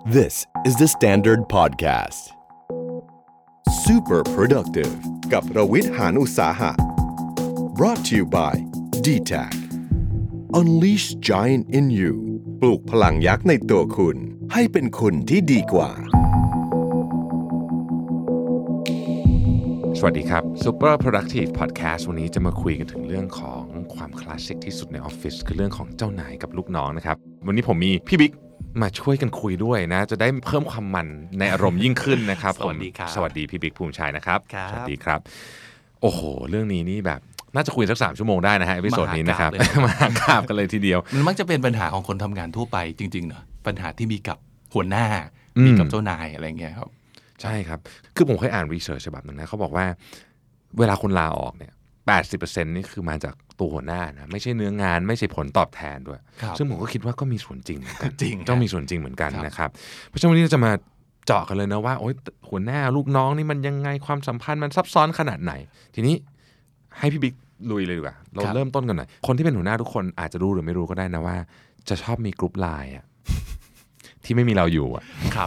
This is the Standard Podcast. Super productive กับรวิทย์ หาญอุตสาหะ brought to you by DTAC Unleash Giant in You ปลูกพลังยักษ์ในตัวคุณให้เป็นคุณที่ดีกว่าสวัสดีครับ Super Productive Podcast วันนี้จะมาคุยกันถึงเรื่องของความคลาสสิกที่สุดในออฟฟิศคือเรื่องของเจ้านายกับลูกน้องนะครับวันนี้ผมมีพี่บิ๊กมาช่วยกันคุยด้วยนะจะได้เพิ่มความมันในอารมณ์ยิ่งขึ้นนะครับสวัสดีครับสวัสดีพี่บิ๊กภูมิชัยนะครับสวัสดีครับโอ้โหเรื่องนี้นี่แบบน่าจะคุยสัก3ชั่วโมงได้นะฮะเอพิโซดนี้นะครับมาคาบกันเลยทีเดียวมันมักจะเป็นปัญหาของคนทำงานทั่วไปจริงๆเนอะปัญหาที่มีกับหัวหน้ามีกับเจ้านายอะไรเงี้ยครับใช่ครับคือผมเคยอ่านรีเสิร์ชฉบับนึงนะเขาบอกว่าเวลาคนลาออกเนี่ย 80% นี่คือมาจากตัวหัวหน้านะไม่ใช่เนื้องานไม่ใช่ผลตอบแทนด้วยซึ่งผมก็คิดว่าก็มีส่วนจริงเหมือนกันต้องมีส่วนจริงเหมือนกันนะครับเพราะฉะนั้นวันนี้เราจะมาเจาะกันเลยนะว่าโอ๊ยหัวหน้าลูกน้องนี่มันยังไงความสัมพันธ์มันซับซ้อนขนาดไหนทีนี้ให้พี่บิ๊กลุยเลยดีกว่าเราเริ่มต้นกันหน่อยคนที่เป็นหัวหน้าทุกคนอาจจะรู้หรือไม่รู้ก็ได้นะว่าจะชอบมีกรุ๊ปไลน์อะที่ไม่มีเราอยู่อ่ะครับ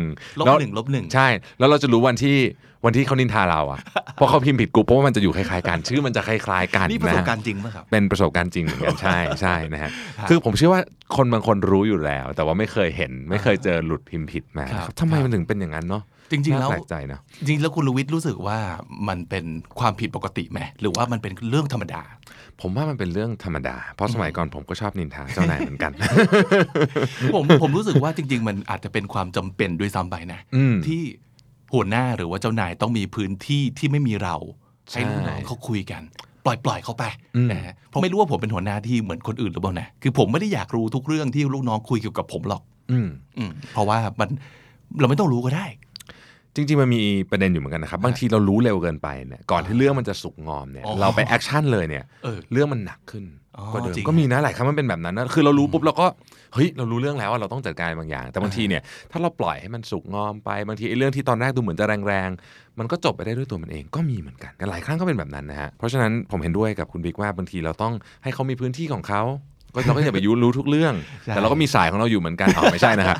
-1 ใช่แล้วเราจะรู้วันที่เขานินทาเราอ่ะเพราะเขาพิมพ์ผิดกรุ๊ปเพราะว่ามันจะอยู่คล้ายๆกันชื่อมันจะคล้ายๆกันนี่ประสบการณ์จริงป่ะครับเป็นประสบการณ์จริงเหมือนกันใช่นะฮะคือผมเชื่อว่าคนบางคนรู้อยู่แล้วแต่ว่าไม่เคยเห็นไม่เคยเจอหลุดพิมพ์ผิดมาทำไมมันถึงเป็นอย่างนั้นเนาะจริงๆแล้วแปลกใจนะจริงแล้วคุณลวิทย์รู้สึกว่ามันเป็นความผิดปกติไหมหรือว่ามันเป็นเรื่องธรรมดาผมว่ามันเป็นเรื่องธรรมดาเพราะสมัยก่อนผมก็ชอบนินทาเจ้านายเหมือนกันผมรู้สึกว่าจริงๆมันอาจจะเป็นความจำเป็นด้วยซ้ำไปนะที่หัวหน้าหรือว่าเจ้านายต้องมีพื้นที่ที่ไม่มีเราให้ลูกน้องเขาคุยกันปล่อยเขาไปนะฮะผมไม่รู้ว่าผมเป็นหัวหน้าที่เหมือนคนอื่นหรือเปล่านะคือผมไม่ได้อยากรู้ทุกเรื่องที่ลูกน้องคุยเกี่ยวกับผมหรอกเพราะว่าเราไม่ต้องรู้ก็ได้จริงๆมันมีประเด็นอยู่เหมือนกันนะครับบางทีเรารู้เร็วเกินไปเนี่ยก่อนที่เรื่องมันจะสุกงอมเนี่ยเราไปแอคชั่นเลยเนี่ยเรื่องมันหนักขึ้นกว่าเดิมก็มีนะหลายครั้งมันเป็นแบบนั้นนะคือเรารู้ปุ๊บเราก็เฮ้ยเรารู้เรื่องแล้วว่าเราต้องจัดการบางอย่างแต่บางทีเนี่ยถ้าเราปล่อยให้มันสุกงอมไปบางทีไอ้เรื่องที่ตอนแรกดูเหมือนจะแรงๆมันก็จบไปได้ด้วยตัวมันเองก็มีเหมือนกันหลายครั้งก็เป็นแบบนั้นนะฮะเพราะฉะนั้นผมเห็นด้วยกับคุณบิ๊กว่าบางทีเราต้องให้เขามีพื้นที่ของเขาเราก็อย่าไปรู้ทุกเรื่องแต่เราก็มีสายของเราอยู่เหมือนกันไม่ใช่นะครับ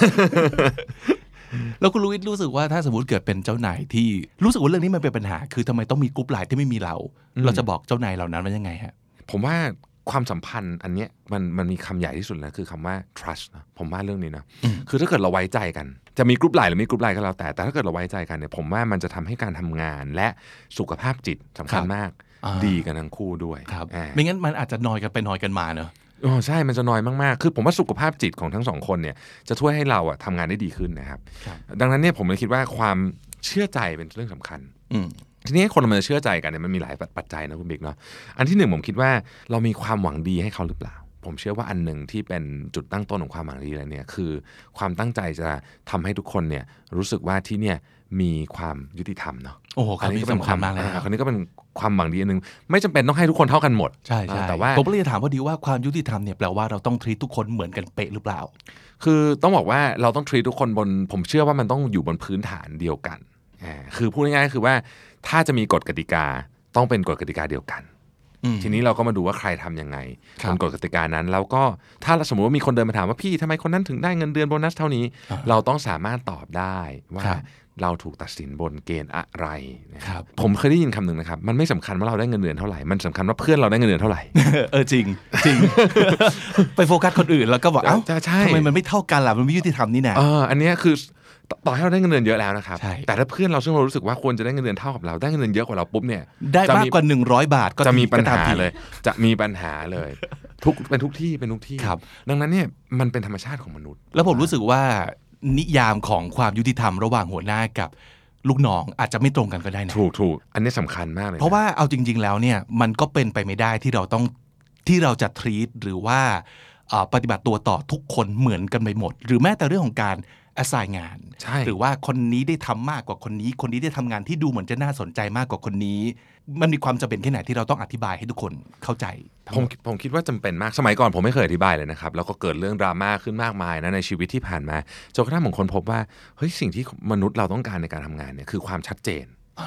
แล้วคุณลุยรู้สึกว่าถ้าสมมติเกิดเป็นเจ้านายที่รู้สึกว่าเรื่องนี้มันเป็นปัญหาคือทำไมต้องมีกรุ๊ปไลน์ที่ไม่มีเราจะบอกเจ้านายเหล่านั้นว่ายังไงฮะผมว่าความสัมพันธ์อันเนี้ยมันมีคำใหญ่ที่สุดนะคือคำว่า trust นะผมว่าเรื่องนี้นะคือถ้าเกิดเราไว้ใจกันจะมีกรุ๊ปไลน์หรือไม่กรุ๊ปไลน์ก็แล้วแต่ถ้าเกิดเราไว้ใจกันเนี่ยผมว่ามันจะทำให้การทำงานและสุขภาพจิตสำคัญมากดีกันทั้งคู่ด้วยไม่งั้นมันอาจจะนอยกันไปนอยกันมาเนอะใช่มันจะน้อยมากๆคือผมว่าสุขภาพจิตของทั้งสองคนเนี่ยจะช่วยให้เราทำงานได้ดีขึ้นนะครับดังนั้นเนี่ยผมเลยคิดว่าความเชื่อใจเป็นเรื่องสำคัญทีนี้คนเราจะเชื่อใจกันเนี่ยมันมีหลายปัจจัยนะคุณบิ๊กเนาะอันที่หนึ่งผมคิดว่าเรามีความหวังดีให้เขาหรือเปล่าผมเชื่อว่าอันหนึ่งที่เป็นจุดตั้งต้นของความหวังดีเลยเนี่ยคือความตั้งใจจะทำให้ทุกคนเนี่ยรู้สึกว่าที่เนี่ยมีความยุติธรรมเนาะโอ้โหอันนี้ก็เป็นความมากเลยคราวนี้ก็เป็นความหวังดีอันนึงไม่จำเป็นต้องให้ทุกคนเท่ากันหมดใช่แต่ว่าผมเลยถามว่าดีว่าความยุติธรรมเนี่ยแปลว่าเราต้อง treat ทุกคนเหมือนกันเป๊ะหรือเปล่าคือต้องบอกว่าเราต้อง treat ทุกคนผมเชื่อว่ามันต้องอยู่บนพื้นฐานเดียวกันคือพูดง่ายๆคือว่าถ้าจะมีกฎกติกาต้องเป็นกฎกติกาเดียวกันทีนี้เราก็มาดูว่าใครทำยังไงบนกฎกติกานั้นแล้วก็ถ้าสมมติว่ามีคนเดินมาถามว่าพี่ทำไมคนนั้นถึงได้เงินเดือนโบนัสเท่านี้เราต้องสามารถตอบได้ว่าเราถูกตัดสินบนเกณฑ์อะไรนะครับผมเคยได้ยินคำหนึ่งนะครับมันไม่สำคัญว่าเราได้เงินเดือนเท่าไหร่มันสำคัญว่าเพื่อนเราได้เงินเดือนเท่าไหร่จริง ไปโฟกัสคนอื่นแล้วก็บอกเอ้าทำไมมันไม่เท่ากันล่ะมันไม่ยุติธรรมนี่นะอันนี้คือต่อให้เราได้เงินเดือนเยอะแล้วนะครับแต่ถ้าเพื่อนเราซึ่งเรารู้สึกว่าควรจะได้เงินเดือนเท่ากับเราได้เงินเดือนเยอะกว่าเราปุ๊บเนี่ยได้มากกว่า100 บาทก็จะมีปัญหาเลยจะมีปัญหาเลยเป็นทุกที่ดังนั้นเนี่ยมันเป็นธรรมชาติของมนุษย์แล้วผมรู้สึกว่านิยามของความยุติธรรมระหว่างหัวหน้ากับลูกน้องอาจจะไม่ตรงกันก็ได้นะถูกอันนี้สำคัญมากเลยเพราะว่าเอาจริงๆแล้วเนี่ยมันก็เป็นไปไม่ได้ที่เราจะ treat หรือว่าปฏิบัติตัวต่อทุกคนเหมือนกันไปหมดหรือแม้แต่เรื่องของการassign งานหรือว่าคนนี้ได้ทำมากกว่าคนนี้คนนี้ได้ทำงานที่ดูเหมือนจะน่าสนใจมากกว่าคนนี้มันมีความจำเป็นแค่ไหนที่เราต้องอธิบายให้ทุกคนเข้าใจผมคิดว่าจำเป็นมากสมัยก่อนผมไม่เคยอธิบายเลยนะครับแล้วก็เกิดเรื่องดราม่าขึ้นมากมายนะในชีวิตที่ผ่านมาจนกระทั่งผมค้นพบว่าเฮ้ยสิ่งที่มนุษย์เราต้องการในการทำงานเนี่ยคือความชัดเจน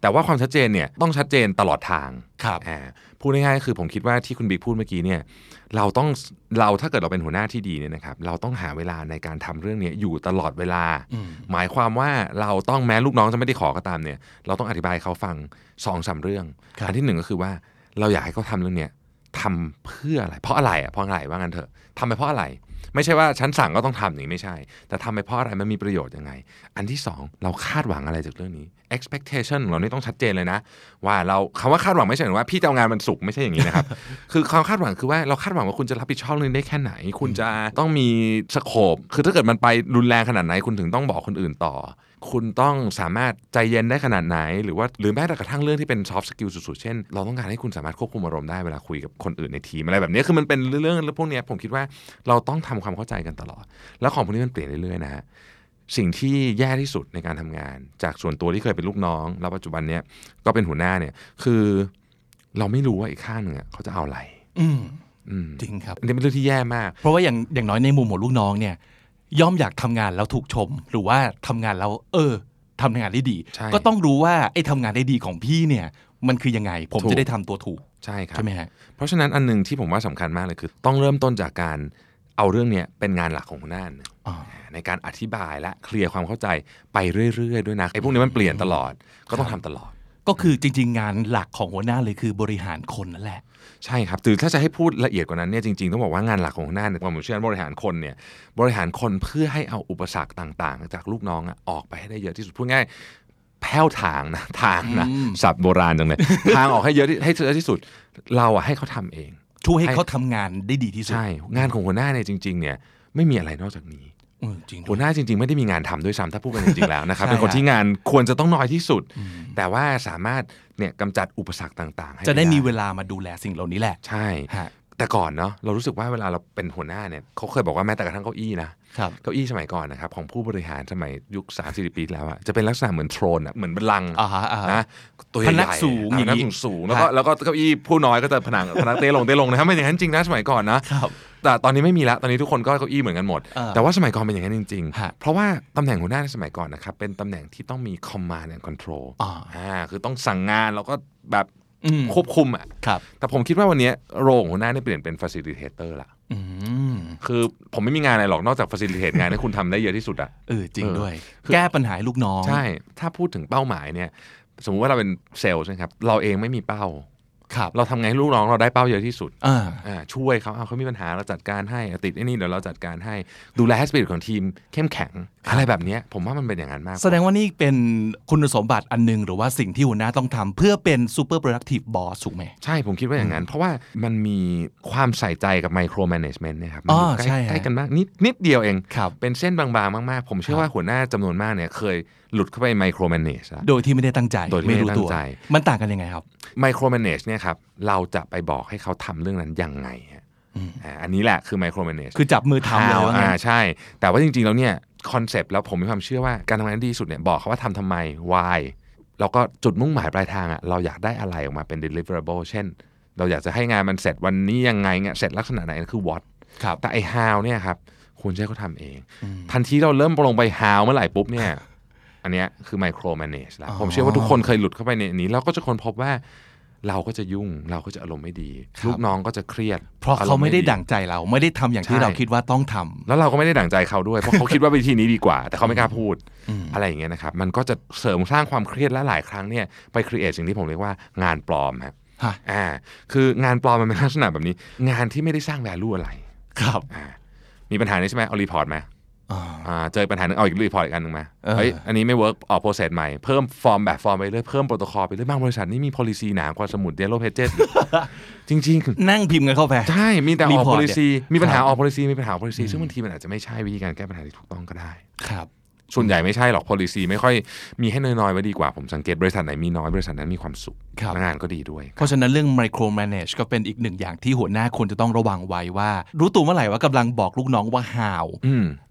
แต่ว่าความชัดเจนเนี่ยต้องชัดเจนตลอดทางครับพูดง่ายๆคือผมคิดว่าที่คุณบิ๊กพูดเมื่อกี้เนี่ยเราถ้าเกิดเราเป็นหัวหน้าที่ดีเนี่ยนะครับเราต้องหาเวลาในการทำเรื่องนี้อยู่ตลอดเวลาหมายความว่าเราต้องแม้ลูกน้องจะไม่ได้ขอก็ตามเนี่ยเราต้องอธิบายเขาฟัง 2-3 เรื่องอันที่1ก็คือว่าเราอยากให้เขาทำเรื่องเนี้ยทำเพื่ออะไรเพราะอะไรว่างั้นเถอะทำไปเพราะอะไรไม่ใช่ว่าฉันสั่งก็ต้องทำอย่างนี้ไม่ใช่แต่ทำไปเพราะอะไรมันมีประโยชน์ยังไงอันที่2เราคาดหวังอะไรจากเรื่องนี้ expectation ของเรานี่ต้องชัดเจนเลยนะว่าเราคำว่าคาดหวังไม่ใช่หมายว่าพี่จะเอางานมันสุกไม่ใช่อย่างนี้นะครับ คือความคาดหวังคือว่าเราคาดหวังว่าคุณจะรับผิดชอบเรื่องนี้ได้แค่ไหนคุณจะต้องมีสโคปคือถ้าเกิดมันไปรุนแรงขนาดไหนคุณถึงต้องบอกคนอื่นต่อคุณต้องสามารถใจเย็นได้ขนาดไหนหรือแม้แต่กระทั่งเรื่องที่เป็น soft skill สุดๆเช่นเราต้องการให้คุณสามารถควบคุมอารมณ์ได้เวลาคุยกับคนอื่นในทีมอะไรแบบนี้คือมันเป็นเรื่องพวกนี้ผมคิดว่าเราต้องทำความเข้าใจกันตลอดแล้วของพวกนี้มันเปลี่ยนเรื่อยๆนะฮะสิ่งที่แย่ที่สุดในการทำงานจากส่วนตัวที่เคยเป็นลูกน้องแล้วปัจจุบันเนี้ยก็เป็นหัวหน้าเนี่ยคือเราไม่รู้ว่าอีกข้างหนึ่งเขาจะเอาอะไรจริงครับอันนี้เป็นเรื่องที่แย่มากเพราะว่าอย่างน้อยในมุมของลูกน้องเนี่ยย่อมอยากทำงานแล้วถูกชมหรือว่าทำงานแล้วทำงานได้ดีก็ต้องรู้ว่าไอ้ทำงานได้ดีของพี่เนี่ยมันคือยังไงผมจะได้ทำตัวถูกใช่ครับใช่ไหมฮะเพราะฉะนั้นอันนึงที่ผมว่าสำคัญมากเลยคือต้องเริ่มต้นจากการเอาเรื่องนี้เป็นงานหลักของหัวหน้าในการอธิบายและเคลียร์ความเข้าใจไปเรื่อยๆด้วยนะไอ้พวกนี้มันเปลี่ยนตลอดก็ต้องทำตลอดก็คือจริงๆงานหลักของหัวหน้าเลยคือบริหารคนนั่นแหละใช่ครับถ้าจะให้พูดละเอียดกว่านั้นเนี่ยจริงๆต้องบอกว่างานหลักของหัวหน้าเนี่ยผมเชื่อบริหารคนเนี่ยบริหารคนเพื่อให้เอาอุปสรรคต่างๆจากลูกน้องออกไปให้ได้เยอะที่สุดพูดง่ายแผ้วทางนะศัพท์โบราณจังเลยทางออกให้เยอะที่สุดเราให้เขาทำเองช่วยให้เขาทำงานได้ดีที่สุดใช่งานของหัวหน้าเนี่ยจริงๆเนี่ยไม่มีอะไรนอกจากนี้หัวหน้าจริงๆไม่ได้มีงานทำด้วยซ้ำถ้าพูดกันจริงๆแล้วนะครับเป็นคนที่งานควรจะต้องน้อยที่สุดแต่ว่าสามารถเนี่ยกำจัดอุปสรรคต่างๆจะได้มีเวลามาดูแลสิ่งเหล่านี้แหละใช่แต่ก่อนเนาะเรารู้สึกว่าเวลาเราเป็นหัวหน้าเนี่ยเขาเคยบอกว่าแม้แต่กระทั่งเก้าอี้นะเก้าอี้สมัยก่อนนะครับของผู้บริหารสมัยยุค 30 ปีแล้วจะเป็นลักษณะเหมือนโทรนเหมือนบัลลังก์นะตัวใหญ่พนักสูงแล้วก็เก้าอี้ผู้น้อยก็จะพนักเต้ลงนะครับเป็นอย่างนั้นจริงนะสมัยก่อนนะแต่ตอนนี้ไม่มีแล้วตอนนี้ทุกคนก็เก้าอี้เหมือนกันหมดแต่ว่าสมัยก่อนเป็นอย่างนั้นจริงๆเพราะว่าตำแหน่งหัวหน้าในสมัยก่อนนะครับเป็นตำแหน่งที่ต้องมี command and control คือต้องสั่งงานแล้วก็แบบควบคุมแต่ผมคิดว่าวันนี้โรของหัวหน้าได้เปลี่ยนเป็น facilitator ละคือผมไม่มีงานอะไรหรอกนอกจาก facilitate งานให้คุณทำได้เยอะที่สุดจริงด้วยแก้ปัญหาลูกน้องใช่ถ้าพูดถึงเป้าหมายเนี่ยสมมุติว่าเราเป็นเซลล์ใช่ไหมครับเราเองไม่มีเป้าเราทำไงให้ลูกน้องเราได้เป้าเยอะที่สุดช่วยเขามีปัญหาเราจัดการให้ติดไอ้นี่เดี๋ยวเราจัดการให้ดูแลสปิริตของทีมเข้มแข็งอะไรแบบนี้ผมว่ามันเป็นอย่างนั้นมากแสดงว่านี่เป็นคุณสมบัติอันนึงหรือว่าสิ่งที่หัวหน้าต้องทำเพื่อเป็น super productive boss ถูกไหมใช่ผมคิดว่าอย่างนั้นเพราะว่ามันมีความใส่ใจกับ micro management เนี่ยครับมันใกล้กันมากนิดเดียวเองเป็นเส้นบางๆมากๆผมเชื่อว่าหัวหน้าจำนวนมากเนี่ยเคยหลุดเข้าไป micro manage โดยที่ไม่ได้ตั้งใจไม่รู้ตัวมันต่างกันยังไงครับ micro manage เนี่ยครับเราจะไปบอกให้เขาทำเรื่องนั้นยังไงอันนี้แหละคือ micro manage คือจับมือทำเลยใช่แต่ว่าจริงๆแล้วเนี่ยคอนเซปต์แล้วผมมีความเชื่อว่าการทำงานดีสุดเนี่ยบอกเขาว่าทำไม why แล้วก็จุดมุ่งหมายปลายทางเราอยากได้อะไรออกมาเป็น deliverable เช่นเราอยากจะให้งานมันเสร็จวันนี้ยังไงเสร็จลักษณะไหนคือ what แต่ไอ้ how เนี่ยครับคุณใช้เขาทำเองทันทีเราเริ่มลงไป how เมื่อไหร่ปุ๊บเนี่ยอันนี้คือ micro manage แล้วผมเชื่อว่าทุกคนเคยหลุดเข้าไปในนี้แล้วก็จะค้นพบว่าเราก็จะยุ่งเราก็จะอารมณ์ไม่ดีลูกน้องก็จะเครียดเพราะเขาไม่ได้ดั่งใจเราไม่ได้ทำอย่างที่เราคิดว่าต้องทำแล้วเราก็ไม่ได้ดั่งใจเขาด้วยเพราะเขาคิดว่าวิธีนี้ดีกว่าแต่เขาไม่กล้าพูดอะไรอย่างเงี้ยนะครับมันก็จะเสริมสร้างความเครียดและหลายครั้งเนี่ยไปครีเอทสิ่งที่ผมเรียกว่างานปลอมครับคืองานปลอมมันเป็นลักษณะแบบนี้งานที่ไม่ได้สร้าง value อะไรครับมีปัญหานี้ใช่ไหมเอารีพอร์ตมาเจอปัญหาหนึ่งเอาอีกรีพอร์ตอีกอันนึงมาอันนี้ไม่เวิร์กออกโปรเซสใหม่เพิ่มฟอร์มแบบฟอร์มไปเรื่อยเพิ่มโปรโตคอลไปเรื่อยบางบริษัทนี่มี policy หนากว่าสมุด Yellow Pages จริงๆนั่งพิมพ์กันเข้าไปใช่มีแต่ออก policy มีปัญหาออก policy มีปัญหา policy ซึ่งบางทีมันอาจจะไม่ใช่วิธีการแก้ปัญหาที่ถูกต้องก็ได้ครับส่วนใหญ่ไม่ใช่หรอก policy ไม่ค่อยมีให้น้อยๆไว้ดีกว่าผมสังเกตบริษัทไหนมีน้อยบริษัทนั้นมีความสุขงานก็ดีด้วยเพราะฉะนั้นเรื่อง micro manage ก็เป็นอีกหนึ่งอย่างที่หัวหน้าควรจะต้องระวังไว้ว่ารู้ตัวเมื่อไหร่ว่ากำลังบอกลูกน้องว่า how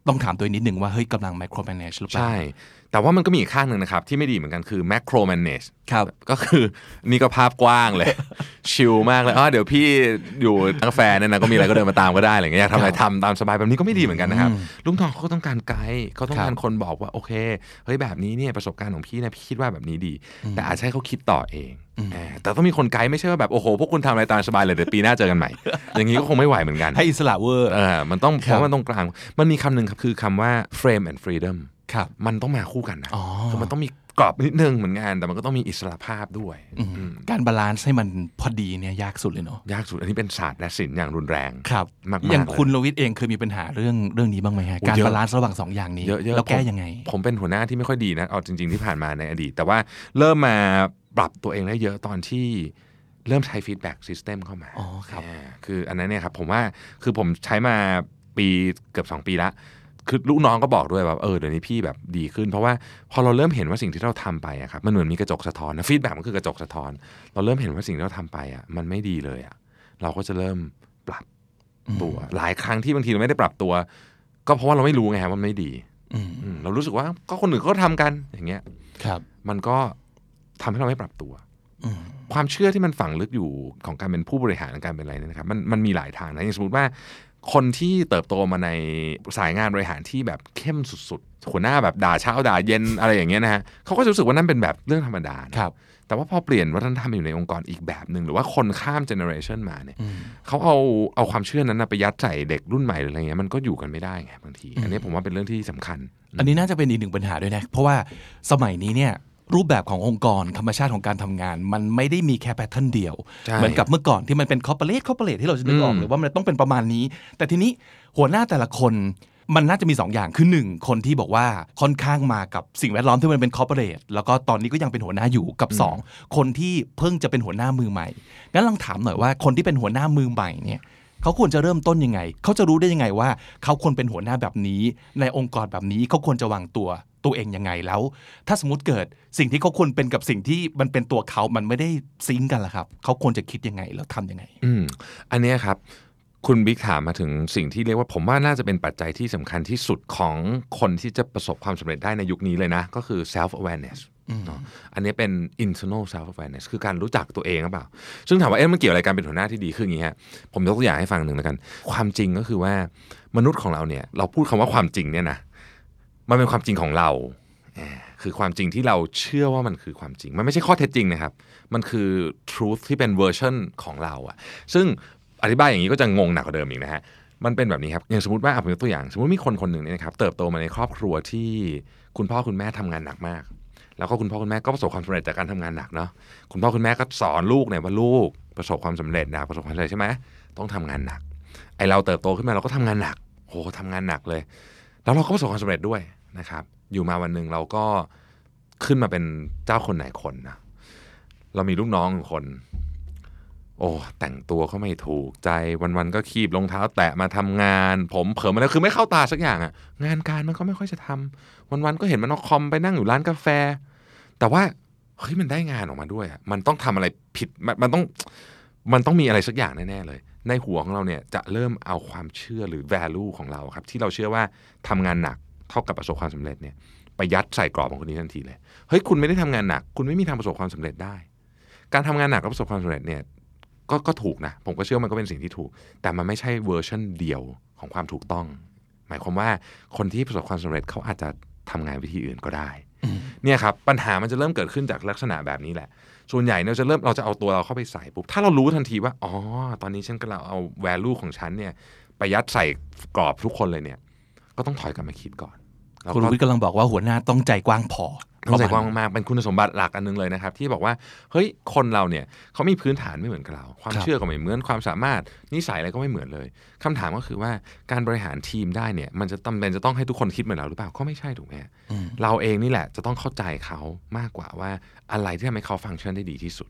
ต้องถามตัวนิดนึงว่าเฮ้ยกำลัง micro manage หรือเปล่าใช่แต่ว่ามันก็มีอีกข้างหนึ่งนะครับที่ไม่ดีเหมือนกันคือ macro manage ครับก็คือนี่ก็ภาพกว้างเลย ชิลมากเลยเดี๋ยวพี่อยู่กาแฟเนี่ยนะก็มีอะไรก็เดินมาตามก็ได้อะไรเงี้ยอยากทำอะไรทำตามสบายแบบนี้ก็ไม่ดีเหมือนกันนะครับลูกน้องเขาต้องการไกด์เขาต้องการคนบอกว่าโอเคเฮ้ยแบบนี้เนี่ยประสบการณ์ของพี่นะพี่คิดว่าแบบนี้ดีแต่อาจจะให้เขาคิดต่อเองแต่ต้องมีคนไกด์ไม่ใช่ว่าแบบโอ้โหพวกคุณทำอะไรตามสบายเลยเดี๋ยวปีหน้าเจอกันใหม่อย่างนี้ก็คงไม่ไหวเหมือนกันให้อิสระเวอร์มันต้องเพราะมันตรงกลางมันมีคำหนึ่งครับคือคำว่า frame and freedom มันต้องมาคู่กันนะคือมันต้องมีกรอบนิดนึงเหมือนกันแต่มันก็ต้องมีอิสระภาพด้วยการบาลานซ์ให้มันพอดีเนี่ยยากสุดเลยเนาะยากสุดอันนี้เป็นศาสตร์และศิลป์อย่างรุนแรงครับอย่างคุณโลวิทเองเคยมีปัญหาเรื่องนี้บ้างไหมฮะการบาลานซ์ระหว่าง2อย่างนี้แล้วแก้ยังไงผมเป็นหัวหน้าที่ไม่ค่อยดีนะเอาจริงๆที่ผ่านมาในอดีตแต่ว่าเริ่มมาปรับตัวเองได้เยอะตอนที่เริ่มใช้ฟีดแบ็กซิสเต็มเข้ามาคืออันนั้นเนี่ยครับผมว่าคือผมใช้มาปีเกือบ2 ปีละคือลูกน้องก็บอกด้วยว่าเดี๋ยวนี้พี่แบบดีขึ้นเพราะว่าพอเราเริ่มเห็นว่าสิ่งที่เราทำไปอะครับมันเหมือนมีกระจกสะท้อนนะฟีดแบ็กมันคือกระจกสะท้อนเราเริ่มเห็นว่าสิ่งที่เราทำไปอะมันไม่ดีเลยอะเราก็จะเริ่มปรับตัวหลายครั้งที่บางทีเราไม่ได้ปรับตัวก็เพราะว่าเราไม่รู้ไงครับว่ามันไม่ดีเรารู้สึกว่าก็คนอื่นเขาทำกันอย่างเงี้ยมันก็ทำให้เราไม่ปรับตัวความเชื่อที่มันฝังลึกอยู่ของการเป็นผู้บริหารการเป็นอะไรเนี่ยนะครับมันมีหลายทางนะอย่างสมมติว่าคนที่เติบโตมาในสายงานบริหารที่แบบเข้มสุดๆหัวหน้าแบบด่าเช้าด่าเย็นอะไรอย่างเงี้ยนะฮะเขาก็จะรู้สึกว่านั่นเป็นแบบเรื่องธรรมดาครับแต่ว่าพอเปลี่ยนวัฒนธรรมอยู่ในองค์กรอีกแบบนึงหรือว่าคนข้ามเจเนอเรชันมาเนี่ยเขาเอาความเชื่อนั้นไปยัดใส่เด็กรุ่นใหม่หรืออะไรเงี้ยมันก็อยู่กันไม่ได้ไงบางทีอันนี้ผมว่าเป็นเรื่องที่สำคัญอันนี้น่าจะเป็นอีกหนึ่งปัญหาด้วยนะเพราะว่าสมัยนี้เนี่ยรูปแบบขององค์กรธรรมชาติของการทำงานมันไม่ได้มีแค่แพทเทิร์นเดียวเหมือนกับเมื่อก่อนที่มันเป็นคอร์ปอเรทที่เราจะนึกออกเลยว่ามันต้องเป็นประมาณนี้แต่ทีนี้หัวหน้าแต่ละคนมันน่าจะมี2อย่างคือ1คนที่บอกว่าค่อนข้างมากับสิ่งแวดล้อมที่มันเป็นคอร์ปอเรทแล้วก็ตอนนี้ก็ยังเป็นหัวหน้าอยู่กับ2คนที่เพิ่งจะเป็นหัวหน้ามือใหม่งั้นลองถามหน่อยว่าคนที่เป็นหัวหน้ามือใหม่เนี่ยเขาควรจะเริ่มต้นยังไงเขาจะรู้ได้ยังไงว่าเขาควรเป็นหัวหน้าแบบนี้ในองค์กรแบบนี้เขาควรจะวางตัวเองยังไงแล้วถ้าสมมติเกิดสิ่งที่เขาควรเป็นกับสิ่งที่มันเป็นตัวเขามันไม่ได้ซิงค์กันล่ะครับเขาควรจะคิดยังไงแล้วทำยังไงอันนี้ครับคุณบิ๊กถามมาถึงสิ่งที่เรียกว่าผมว่าน่าจะเป็นปัจจัยที่สำคัญที่สุดของคนที่จะประสบความสำเร็จได้ในยุคนี้เลยนะก็คือ self awareness อันนี้เป็น internal self awareness คือการรู้จักตัวเองหรือเปล่าซึ่งถามว่ามันเกี่ยวอะไรการเป็นหัวหน้าที่ดีขึ้นอย่างนี้ฮะผมยกตัวอย่างให้ฟังหนึ่งแล้วกันความจริงก็คือว่ามนุษย์ของเราเนี่ยเราพูดคำว่าความจริงเนี่ยนะมันเป็นความจริงของเราคือความจริงที่เราเชื่อว่ามันคือความจริงมันไม่ใช่ข้อเท็จจริงนะครับมันคือ truth ที่เป็นเวอร์ชันของเราอะซึ่งอธิบายอย่างนี้ก็จะงงหนักกว่าเดิมอีกนะฮะมันเป็นแบบนี้ครับอย่างสมมติว่าผมยกตัวอย่างสมมติมีคนนึงเนี่ยนะครับเติบโตมาในครอบครัวที่คุณพ่อคุณแม่ทำงานหนักมากแล้วก็คุณพ่อคุณแม่ก็ประสบความสำเร็จจากการทำงานหนักเนาะคุณพ่อคุณแม่ก็สอนลูกเนี่ยว่าลูกประสบความสำเร็จนะประสบความสำเร็จใช่ไหมต้องทำงานหนักไอเราเติบโตขึ้นมาเราก็ทำงานหนักโหทำงานหนักเลยแล้วเราก็ประสบความสำเร็จด้วยนะครับอยู่มาวันนึงเราก็ขึ้นมาเป็นเจ้าคนไหนคนนะเรามีลูกน้องคนแต่งตัวเขาไม่ถูกใจวันๆก็คีบรองเท้าแตะมาทำงานผมเผลอมาแล้วคือไม่เข้าตาสักอย่างอ่ะงานการมันก็ไม่ค่อยจะทำวันๆก็เห็นมันเอาคอมไปนั่งอยู่ร้านกาแฟแต่ว่าเฮ้ยมันได้งานออกมาด้วยมันต้องทำอะไรผิดมันต้องมีอะไรสักอย่างแน่ๆเลยในหัวของเราเนี่ยจะเริ่มเอาความเชื่อหรือ value ของเราครับที่เราเชื่อว่าทำงานหนักเท่ากับประสบความสำเร็จเนี่ยไปยัดใส่กรอบของคนนี้ทันทีเลยเฮ้ยคุณไม่ได้ทำงานหนักคุณไม่มีทางประสบความสำเร็จได้การทำงานหนักและประสบความสำเร็จเนี่ยก็ถูกนะผมก็เชื่อมันก็เป็นสิ่งที่ถูกแต่มันไม่ใช่เวอร์ชันเดียวของความถูกต้องหมายความว่าคนที่ประสบความสำเร็จเขาอาจจะทำงานวิธีอื่นก็ได้เนี่ยครับปัญหามันจะเริ่มเกิดขึ้นจากลักษณะแบบนี้แหละส่วนใหญ่เราจะเอาตัวเราเข้าไปใส่ปุ๊บถ้าเรารู้ทันทีว่าตอนนี้ฉันกำลังเอา value ของฉันเนี่ยไปยัดใส่กรอบทุกคนเลยเนี่ยก็ต้องถอยกลับมาคิดก่อนคุณวิทย์กำลังบอกว่าหัวหน้าต้องใจกว้างพอต้องใจกว้างมากๆเป็นคุณสมบัติหลักอันนึงเลยนะครับที่บอกว่าเฮ้ยคนเราเนี่ยเขามีพื้นฐานไม่เหมือนกับเราความเชื่อก็ไม่เหมือนความสามารถนิสัยอะไรก็ไม่เหมือนเลยคำถามก็คือว่าการบริหารทีมได้เนี่ยมันจะจำเป็นจะต้องให้ทุกคนคิดเหมือนเราหรือเปล่าก็ไม่ใช่ถูกไหมเราเองนี่แหละจะต้องเข้าใจเขามากกว่าว่าอะไรที่ทำให้เขาฟังก์ชันได้ดีที่สุด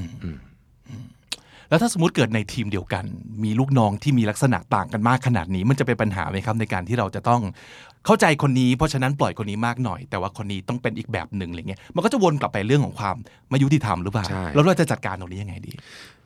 แล้วถ้าสมมติเกิดในทีมเดียวกันมีลูกน้องที่มีลักษณะต่างกันมากขนาดนี้มันจะเป็นปัญหาไหมครับในการที่เราจะต้องเข้าใจคนนี้เพราะฉะนั้นปล่อยคนนี้มากหน่อยแต่ว่าคนนี้ต้องเป็นอีกแบบหนึ่งอะไรเงี้ยมันก็จะวนกลับไปเรื่องของความไม่ยุติธรรมหรือเปล่าแล้วเราจะจัดการตรงนี้ยังไงดี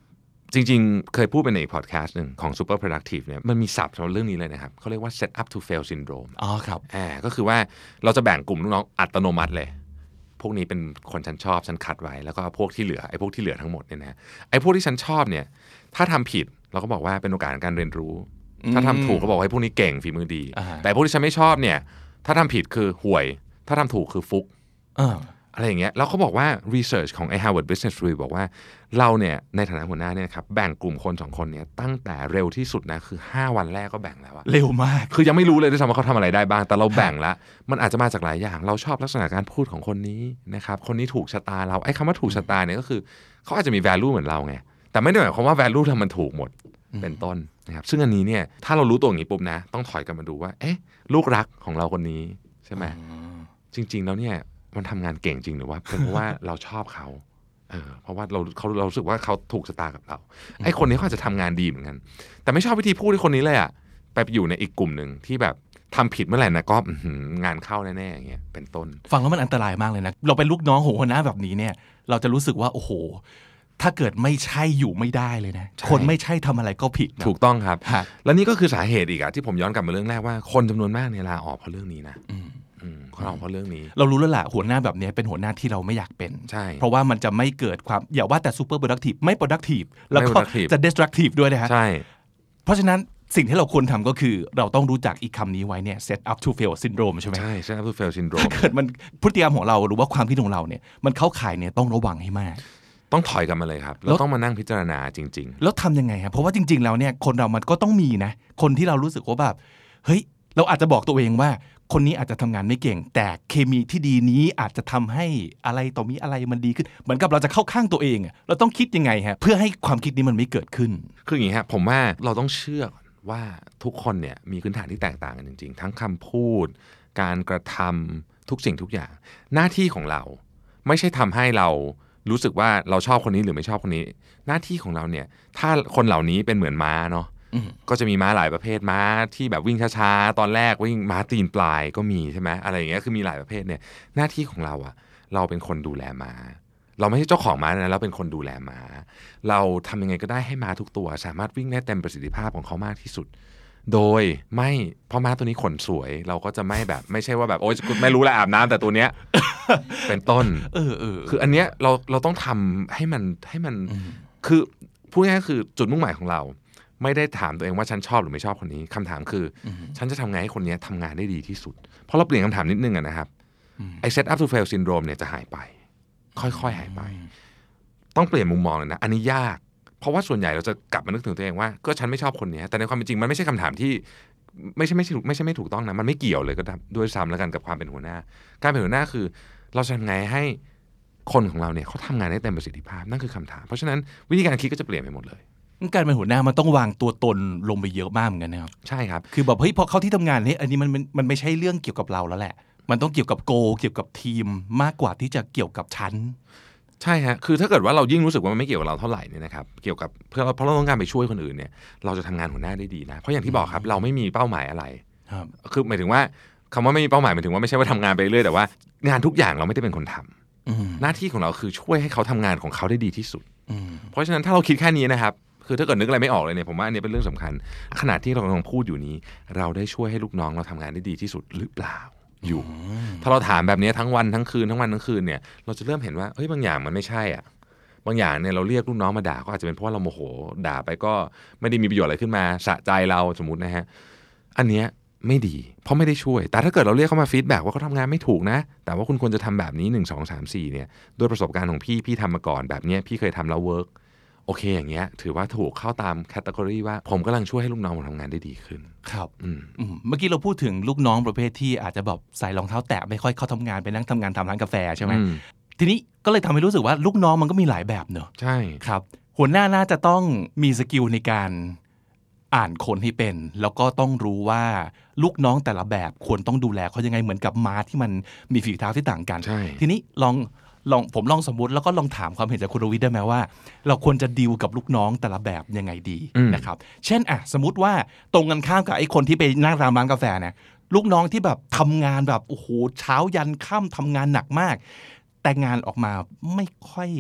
จริงๆเคยพูดไปในพอดแคสต์นึงของ Super Productive เนี่ยมันมีศัพท์สำหรับเรื่องนี้เลยนะครับเขาเรียกว่า set up to fail syndrome ครับก็คือว่าเราจะแบ่งกลุ่มลูกน้องอัตโนมัติเลยพวกนี้เป็นคนฉันชอบฉันคัดไว้แล้วก็พวกที่เหลือไอ้พวกที่เหลือทั้งหมดเนี่ยนะไอ้พวกที่ฉันชอบเนี่ยถ้าทำผิดเราก็บอกว่าเป็นโอกาสในการเรียนรู้ถ้าทำถูกก็บอกว่าพวกนี้เก่งฝีมือดีแต่พวกที่ฉันไม่ชอบเนี่ยถ้าทำผิดคือห่วยถ้าทำถูกคือฟุกอะไรอย่างเงี้ยแล้วเขาบอกว่า research ของ Harvard Business Review บอกว่าเราเนี่ยในฐานะหัวหน้าเนี่ยครับแบ่งกลุ่มคน2คนเนี่ยตั้งแต่เร็วที่สุดนะคือ5วันแรกก็แบ่งแล้วอะเร็วมากคือยังไม่รู้เลยด้วยซ้ำว่าเขาทำอะไรได้บ้างแต่เราแบ่งแล้วมันอาจจะมาจากหลายอย่างเราชอบลักษณะการพูดของคนนี้นะครับคนนี้ถูกชะตาเราไอ้คำว่าถูกชะตาเนี่ยก็คือเขาอาจจะมี value เหมือนเราไงแต่ไม่ได้หมายความว่า value ทำมันถูกหมดเป็นต้นนะครับซึ่งอันนี้เนี่ยถ้าเรารู้ตัวอย่างนี้ปุ๊บนะต้องถอยกลับมาดูว่าเอ๊ะลูกรักของเราคนนี้ใช่ไหมจริงๆแล้วเนี่ยมันทำงานเก่งจริงหรือว่าเป็นเพราะว่าเราชอบเขาเพราะว่าเรารู้สึกว่าเขาถูกชะตากับเราไอ้คนนี้เขาอาจจะทำงานดีเหมือนกันแต่ไม่ชอบวิธีพูดที่คนนี้เลยอ่ะไปอยู่ในอีกกลุ่มหนึ่งที่แบบทำผิดเมื่อไหร่นะก็งานเข้าแน่ๆอย่างเงี้ยเป็นต้นฟังแล้วมันอันตรายมากเลยนะเราเป็นลูกน้องของหัวหน้าแบบนี้เนี่ยเราจะรู้สึกว่าโอ้โหถ้าเกิดไม่ใช่อยู่ไม่ได้เลยนะคนไม่ใช่ทำอะไรก็ผิดถูกต้องครับและนี่ก็คือสาเหตุอีกอะที่ผมย้อนกลับมาเรื่องแรกว่าคนจำนวนมากเนี่ยลาออกเพราะเรื่องนี้นะเขาเพราะเรื่องนี้เรารู้แล้วล่ะหัวหน้าแบบนี้เป็นหัวหน้าที่เราไม่อยากเป็นใช่เพราะว่ามันจะไม่เกิดความอย่าว่าแต่ super productive ไม่ productive แล้วก็จะ destructive ด้วยนะฮะใช่เพราะฉะนั้นสิ่งที่เราควรทำก็คือเราต้องรู้จักอีกคำนี้ไว้เนี่ย set up to fail syndrome ใช่ไหมใช่ set up to fail syndrome ถ้าเกิดมันพฤติกรรมของเราหรือว่าความคิดของเราเนี่ยมันเข้าข่ายเนี่ยต้องระวังให้มากต้องถอยกลับมาเลยครับเราต้องมานั่งพิจารณาจริงๆแล้วทำยังไงครับเพราะว่าจริงๆแล้วเนี่ยคนเรามันก็ต้องมีนะคนที่เรารู้สึกว่าแบบเฮ้ยเราอาจจะบอกตัวเองว่าคนนี้อาจจะทำงานไม่เก่งแต่เคมีที่ดีนี้อาจจะทำให้อะไรต่อมีอะไรมันดีขึ้นเหมือนกับเราจะเข้าข้างตัวเองเราต้องคิดยังไงฮะเพื่อให้ความคิดนี้มันไม่เกิดขึ้นคืออย่างนี้ครับผมว่าเราต้องเชื่อว่าทุกคนเนี่ยมีพื้นฐานที่แตกต่างกันจริงๆทั้งคำพูดการกระทำทุกสิ่งทุกอย่างหน้าที่ของเราไม่ใช่ทำให้เรารู้สึกว่าเราชอบคนนี้หรือไม่ชอบคนนี้หน้าที่ของเราเนี่ยถ้าคนเหล่านี้เป็นเหมือนม้าเนาะก็จะมีม้าหลายประเภทม้าที่แบบวิ่งช้าๆตอนแรกวิ่งม้าตีนปลายก็มีใช่ไหมอะไรอย่างเงี้ยคือมีหลายประเภทเนี่ยหน้าที่ของเราอะเราเป็นคนดูแลม้าเราไม่ใช่เจ้าของม้านะเราเป็นคนดูแลม้าเราทำยังไงก็ได้ให้ม้าทุกตัวสามารถวิ่งได้เต็มประสิทธิภาพของเขามากที่สุดโดยไม่เพราะม้าตัวนี้ขนสวยเราก็จะไม่แบบไม่ใช่ว่าแบบโอ๊ยไม่รู้แหละอาบน้ำแต่ตัวเนี้ย เป็นต้นคืออันเนี้ยเราต้องทำให้มันคือพูดง่ายๆคือจุดมุ่งหมายของเราไม่ได้ถามตัวเองว่าฉันชอบหรือไม่ชอบคนนี้คำถามคือฉันจะทำไงให้คนนี้ทำงานได้ดีที่สุดเพราะเราเปลี่ยนคำถามนิดนึงนะครับไอ้ set up to fail syndrome เนี่ยจะหายไปค่อยๆหายไปต้องเปลี่ยนมุมมองเลยนะอันนี้ยากเพราะว่าส่วนใหญ่เราจะกลับมานึกถึงตัวเองว่าก็ฉันไม่ชอบคนนี้แต่ในความเป็นจริงมันไม่ใช่คำถามที่ไม่ใช่ไม่ถูกต้องนะมันไม่เกี่ยวเลยก็ด้วยซ้ำแล้วกันกับความเป็นหัวหน้าการเป็นหัวหน้าคือเราจะทำไงให้คนของเราเนี่ยเขาทำงานได้เต็มประสิทธิภาพนั่นคือคำถามเพราะฉะนั้นวิธีการคิดก็จะเปลี่ยนไปหมดเลยการเป็นหัวหน้ามันต้องวางตัวตนลงไปเยอะมากเหมือนกันนะครับใช่ครับคือแบบเฮ้ยพอเข้าที่ทำงานนี่อันนี้มันไม่ใช่เรื่องเกี่ยวกับเราแล้วแหละมันต้องเกี่ยวกับโกเกี่ยวกับทีมมากกว่าที่จะเกี่ยวกับชั้นใช่ฮะคือถ้าเกิดว่าเรายิ่งรู้สึกว่ามันไม่เกี่ยวกับเราเท่าไหร่เนี่ยนะครับเกี่ยวกับเพราะเราต้องการไปช่วยคนอื่นเนี่ยเราจะทำงานหัวหน้าได้ดีนะเพราะอย่างที่บอกครับเราไม่มีเป้าหมายอะไรคือหมายถึงว่าคำว่าไม่มีเป้าหมายหมายถึงว่าไม่ใช่ว่าทำงานไปเรื่อยแต่ว่างานทุกอย่างเราไม่ได้เป็นคนทำหน้าที่ของเราคือช่วยให้เขาทำงานของเขาได้ดีที่สุดเพราะฉะนั้นถ้าเราคิดแค่นี้นะครับคือถ้าเกิดนึกอะไรไม่ออกเลยเนี่ยผมว่าอันนี้เป็นเรื่องสำคัญขณะที่เรากำลังพูดอยู่นี้เราได้ช่วยให้ลูกน้องเราทำงานได้ดีที่สุดหรือเปล่าอยู่ถ้าเราถามแบบนี้ทั้งวันทั้งคืนเนี่ยเราจะเริ่มเห็นว่าเฮ้ยบางอย่างมันไม่ใช่อ่ะบางอย่างเนี่ยเราเรียกลูกน้องมาด่าก็อาจจะเป็นเพราะว่าเราโมโหด่าไปก็ไม่ได้มีประโยชน์อะไรขึ้นมาสะใจเราสมมุตินะฮะอันเนี้ยไม่ดีเพราะไม่ได้ช่วยแต่ถ้าเกิดเราเรียกเขามาฟีดแบ็กว่าเขาทำงานไม่ถูกนะแต่ว่าคุณควรจะทำแบบนี้1 2 3 4เนี่ยด้วยประสบการณ์ของพี่ทำมาก่อนแบบนี้พี่เคยทำแล้วเวิร์กโอเคอย่างเงี้ยถือว่าถูกเข้าตามแคตตากรีว่าผมกำลังช่วยให้ลูกน้องผมทำงานได้ดีขึ้นครับเมื่อกี้เราพูดถึงลูกน้องประเภทที่อาจจะแบบใส่รองเท้าแตะไม่ค่อยเข้าทำงานไปนั่งทำงานทำร้านกาแฟใช่ไหมทีนี้ก็เลยทำให้รู้สึกว่าลูกน้องมันก็มีหลายแบบเนอะใช่ครับหัวหน้าน่าจะต้องมีสกิลในการอ่านคนให้เป็นแล้วก็ต้องรู้ว่าลูกน้องแต่ละแบบควรต้องดูแลเขายังไงเหมือนกับม้าที่มันมีฝีเท้าที่ต่างกันทีนี้ผมลองสมมุติแล้วก็ลองถามความเห็นจากคุณรวิทย์ได้ไหมว่าเราควรจะดีลกับลูกน้องแต่ละแบบยังไงดีนะครับเช่นสมมุติว่าตรงกันข้ามกับไอ้คนที่ไปนั่งร้านกาแฟเนี่ยลูกน้องที่แบบทำงานแบบโอ้โหเช้ายันค่ำทำงานหนักมากแต่งานออกมาไม่ค่อย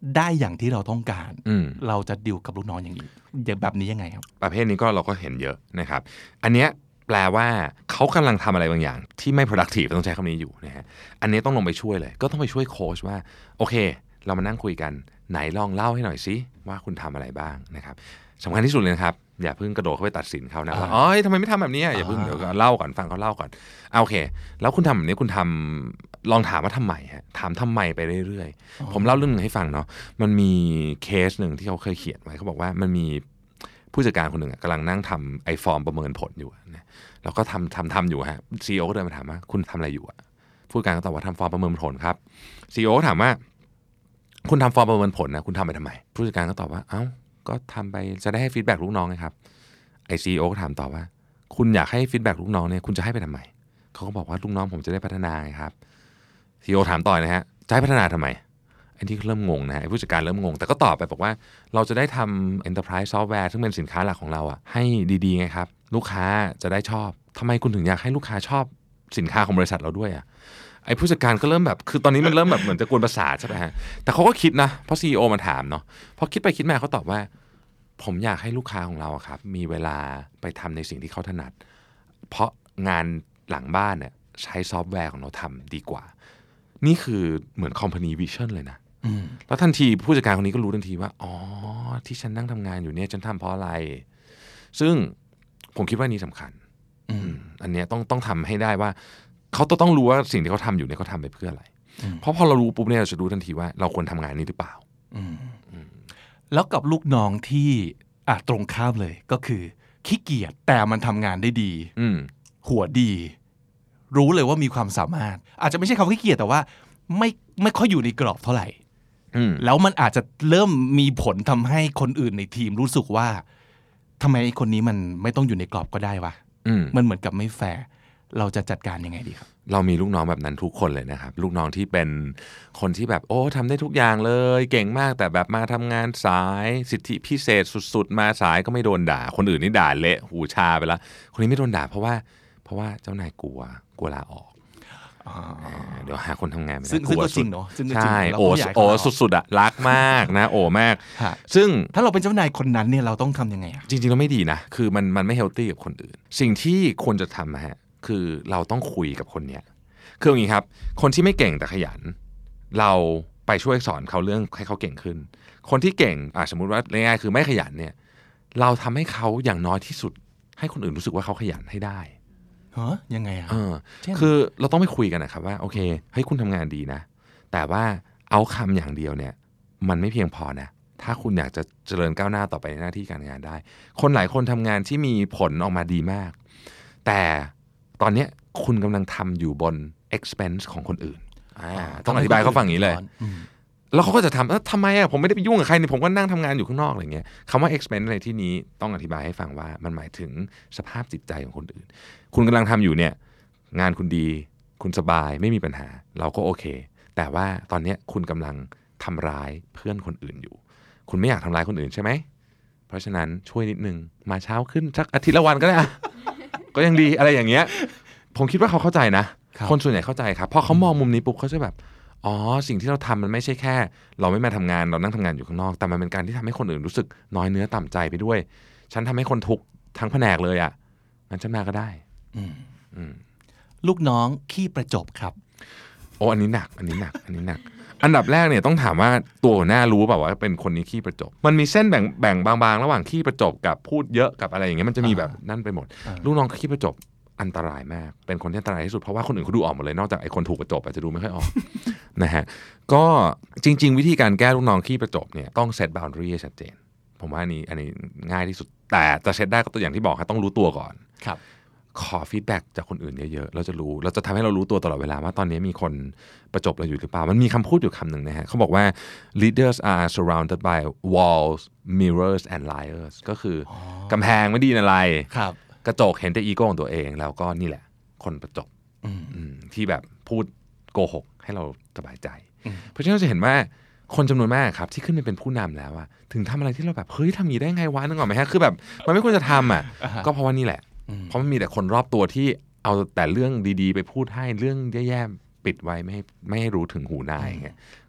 ได้อย่างที่เราต้องการเราจะดีลกับลูกน้องอย่างนี้แบบนี้ยังไงครับประเภทนี้ก็เราก็เห็นเยอะนะครับอันเนี้ยแปลว่าเขากำลังทำอะไรบางอย่างที่ไม่ productive ต้องใช้คำนี้อยู่นะฮะอันนี้ต้องลงไปช่วยเลยก็ต้องไปช่วยโค้ชว่าโอเคเรามานั่งคุยกันไหนลองเล่าให้หน่อยสิว่าคุณทำอะไรบ้างนะครับสำคัญที่สุดเลยนะครับอย่าเพิ่งกระโดดเข้าไปตัดสินเขานะว่าอ๋อทำไมไม่ทำแบบนี้อย่าเพิ่งเดี๋ยวเล่าก่อนฟังเขาเล่าก่อนโอเคแล้วคุณทำแบบนี้คุณทำลองถามว่าทำไมฮะถามทำไมไปเรื่อยๆผมเล่าเรื่องนึงให้ฟังเนาะมันมีเคสหนึ่งที่เขาเคยเขียนไว้เขาบอกว่ามันมีผู้จัดการคนหนึ่งกำลังนั่งทำไอ้ฟอร์มประเมินผลอยู่นะแล้วก็ทำอยู่ฮะซีอีโอก็เดินมาถามว่าคุณทำอะไรอยู่ผู้จัดการก็ตอบว่าทำฟอร์มประเมินผลครับซีอีโอถามว่าคุณทำฟอร์มประเมินผลนะคุณทำไปทำไมผู้จัดการก็ตอบว่าเอ้าก็ทำไปจะได้ให้ฟีดแบ็กลูกน้องไงครับไอซีอีโอก็ถามต่อว่าคุณอยากให้ฟีดแบ็กลูกน้องเนี่ยคุณจะให้ไปทำไมเขาก็บอกว่าลูกน้องผมจะได้พัฒนาไงครับซีอีโอถามต่อนะฮะจะให้พัฒนาทำไมไอ้ที่เริ่มงงนะไอ้ผู้จัดการเริ่มงงแต่ก็ตอบไปบอกว่าเราจะได้ทำ enterprise software ซึ่งเป็นสินค้าหลักของเราให้ดีๆไงครับลูกค้าจะได้ชอบทำไมคุณถึงอยากให้ลูกค้าชอบสินค้าของบริษัทเราด้วยไอ้ผู้จัดการก็เริ่มแบบคือตอนนี้มันเริ่มแบบเหมือนจะกวนประสาทใช่ไหมฮะแต่เขาก็คิดนะเพราะ CEO มาถามเนาะพอคิดไปคิดมาเขาตอบว่าผมอยากให้ลูกค้าของเราครับมีเวลาไปทำในสิ่งที่เขาถนัดเพราะงานหลังบ้านเนี่ยใช้ซอฟต์แวร์ของเราทำดีกว่านี่คือเหมือน company vision เลยนะแล้วทันทีผู้จัดการคนนี้ก็รู้ทันทีว่าอ๋อที่ฉันนั่งทำงานอยู่เนี่ยฉันทำเพราะอะไรซึ่งผมคิดว่านี้สำคัญอันนี้ต้องทำให้ได้ว่าเขาต้องรู้ว่าสิ่งที่เขาทำอยู่เนี่ยเขาทำไปเพื่ออะไรเพราะพอเรารู้ปุ๊บเนี่ยเราจะรู้ทันทีว่าเราควรทำงานนี้หรือเปล่าแล้วกับลูกน้องที่ตรงข้ามเลยก็คือขี้เกียจแต่มันทำงานได้ดีหัวดีรู้เลยว่ามีความสามารถอาจจะไม่ใช่คำว่าขี้เกียจแต่ว่าไม่ค่อยอยู่ในกรอบเท่าไหร่แล้วมันอาจจะเริ่มมีผลทำให้คนอื่นในทีมรู้สึกว่าทำไมคนนี้มันไม่ต้องอยู่ในกรอบก็ได้วะมันเหมือนกับไม่แฟร์เราจะจัดการยังไงดีครับเรามีลูกน้องแบบนั้นทุกคนเลยนะครับลูกน้องที่เป็นคนที่แบบโอ้ทำได้ทุกอย่างเลยเก่งมากแต่แบบมาทำงานสายสิทธิพิเศษสุดๆมาสายก็ไม่โดนด่าคนอื่นนี่ด่าเละหูชาไปแล้วคนนี้ไม่โดนด่าเพราะว่าเจ้านายกลัวลาออกเดี๋ยวหาคนทำงานไม่ได้ซึ่งก็จริงเนาะใช่โอ้สุดๆรักมากนะโอ้มากซึ่งถ้าเราเป็นเจ้านายคนนั้นเนี่ยเราต้องทำยังไงจริงๆเราไม่ดีนะคือมันไม่เฮลตี้กับคนอื่นสิ่งที่ควรจะทำฮะคือเราต้องคุยกับคนเนี้ยคืออย่างนี้ครับคนที่ไม่เก่งแต่ขยันเราไปช่วยสอนเขาเรื่องให้เขาเก่งขึ้นคนที่เก่งสมมุติว่าง่ายๆคือไม่ขยันเนี่ยเราทำให้เขาอย่างน้อยที่สุดให้คนอื่นรู้สึกว่าเขาขยันให้ได้ยังไงคือเราต้องไปคุยกันนะครับว่าโอเคเฮ้ยคุณทำงานดีนะแต่ว่าเอาคำอย่างเดียวเนี่ยมันไม่เพียงพอนะถ้าคุณอยากจะเจริญก้าวหน้าต่อไปในหน้าที่การงานได้คนหลายคนทำงานที่มีผลออกมาดีมากแต่ตอนนี้คุณกำลังทำอยู่บน expense ของคนอื่นต้องอธิบายเขาฟังอย่างนี้เลยแล้วเขาก็จะทำไมผมไม่ได้ไปยุ่งกับใครนี่ผมก็นั่งทำงานอยู่ข้างนอกอะไรเงี้ยคำว่า expense ในที่นี้ต้องอธิบายให้ฟังว่ามันหมายถึงสภาพจิตใจของคนอื่นคุณกำลังทำอยู่เนี่ยงานคุณดีคุณสบายไม่มีปัญหาเราก็โอเคแต่ว่าตอนนี้คุณกำลังทำร้ายเพื่อนคนอื่นอยู่คุณไม่อยากทำร้ายคนอื่นใช่ไหมเพราะฉะนั้นช่วยนิดนึงมาเช้าขึ้นสักอาทิตย์ละวันก็ได้ก็ยังดีอะไรอย่างเงี้ยผมคิดว่าเขาเข้าใจนะคนส่วนใหญ่เข้าใจครับพอเขามองมุมนี้ปุ๊บเขาจะแบบอ๋อสิ่งที่เราทำมันไม่ใช่แค่เราไม่มาทำงานเรานั่งทำงานอยู่ข้างนอกแต่มันเป็นการที่ทำให้คนอื่นรู้สึกน้อยเนื้อต่ำใจไปด้วยฉันทำให้คนทุกข์ทั้งแผนกเลยงั้นฉันมาก็ได้ลูกน้องขี้ประจบครับโอ้อันนี้หนักอันดับแรกเนี่ยต้องถามว่าตัวหัวหน้ารู้เปล่าว่าเป็นคนนี้ขี้ประจบมันมีเส้นแบ่งบางๆระหว่างขี้ประจบกับพูดเยอะกับอะไรอย่างเงี้ยมันจะมีแบบนั่นไปหมดลูกน้องขี้ประจบอันตรายมากเป็นคนที่อันตรายที่สุดเพราะว่าคนอื่นเขาดูออกหมดเลยนอกจากไอ้คนถูกประจบอาจจะดูไม่ค่อยออก นะฮะก็จริงๆวิธีการแก้ลูกน้องขี้ประจบเนี่ยต้องเซตบาวน์ดารีให้ชัดเจนผมว่าอันนี้ง่ายที่สุดแต่จะเซตได้ก็ตัวอย่างที่บอกครับต้องรู้ตัวก่อนครับขอฟีดแบ็กจากคนอื่นเยอะๆเราจะทำให้เรารู้ตัวตลอดเวลาว่าตอนนี้มีคนประจบเราอยู่หรือเปล่ามันมีคำพูดอยู่คำหนึ่งนะฮะเขาบอกว่า leaders are surrounded by walls mirrors and liars ก็คือกำแพงไม่ดีอะไรกระจกเห็นแต่อีโก้ของตัวเองแล้วก็นี่แหละคนประจบที่แบบพูดโกหกให้เราสบายใจเพราะฉะนั้นเราจะเห็นว่าคนจำนวนมากครับที่ขึ้นไปเป็นผู้นำแล้วถึงทำอะไรที่เราแบบเฮ้ยทำอย่างนี้ได้ไงวะนึกออกไหมฮะคือแบบมันไม่ควรจะทำก็เพราะว่านี่แหละเพราะมันมีแต่คนรอบตัวที่เอาแต่เรื่องดีๆไปพูดให้เรื่องแย่ๆปิดไว้ไม่ให้รู้ถึงหูนายไง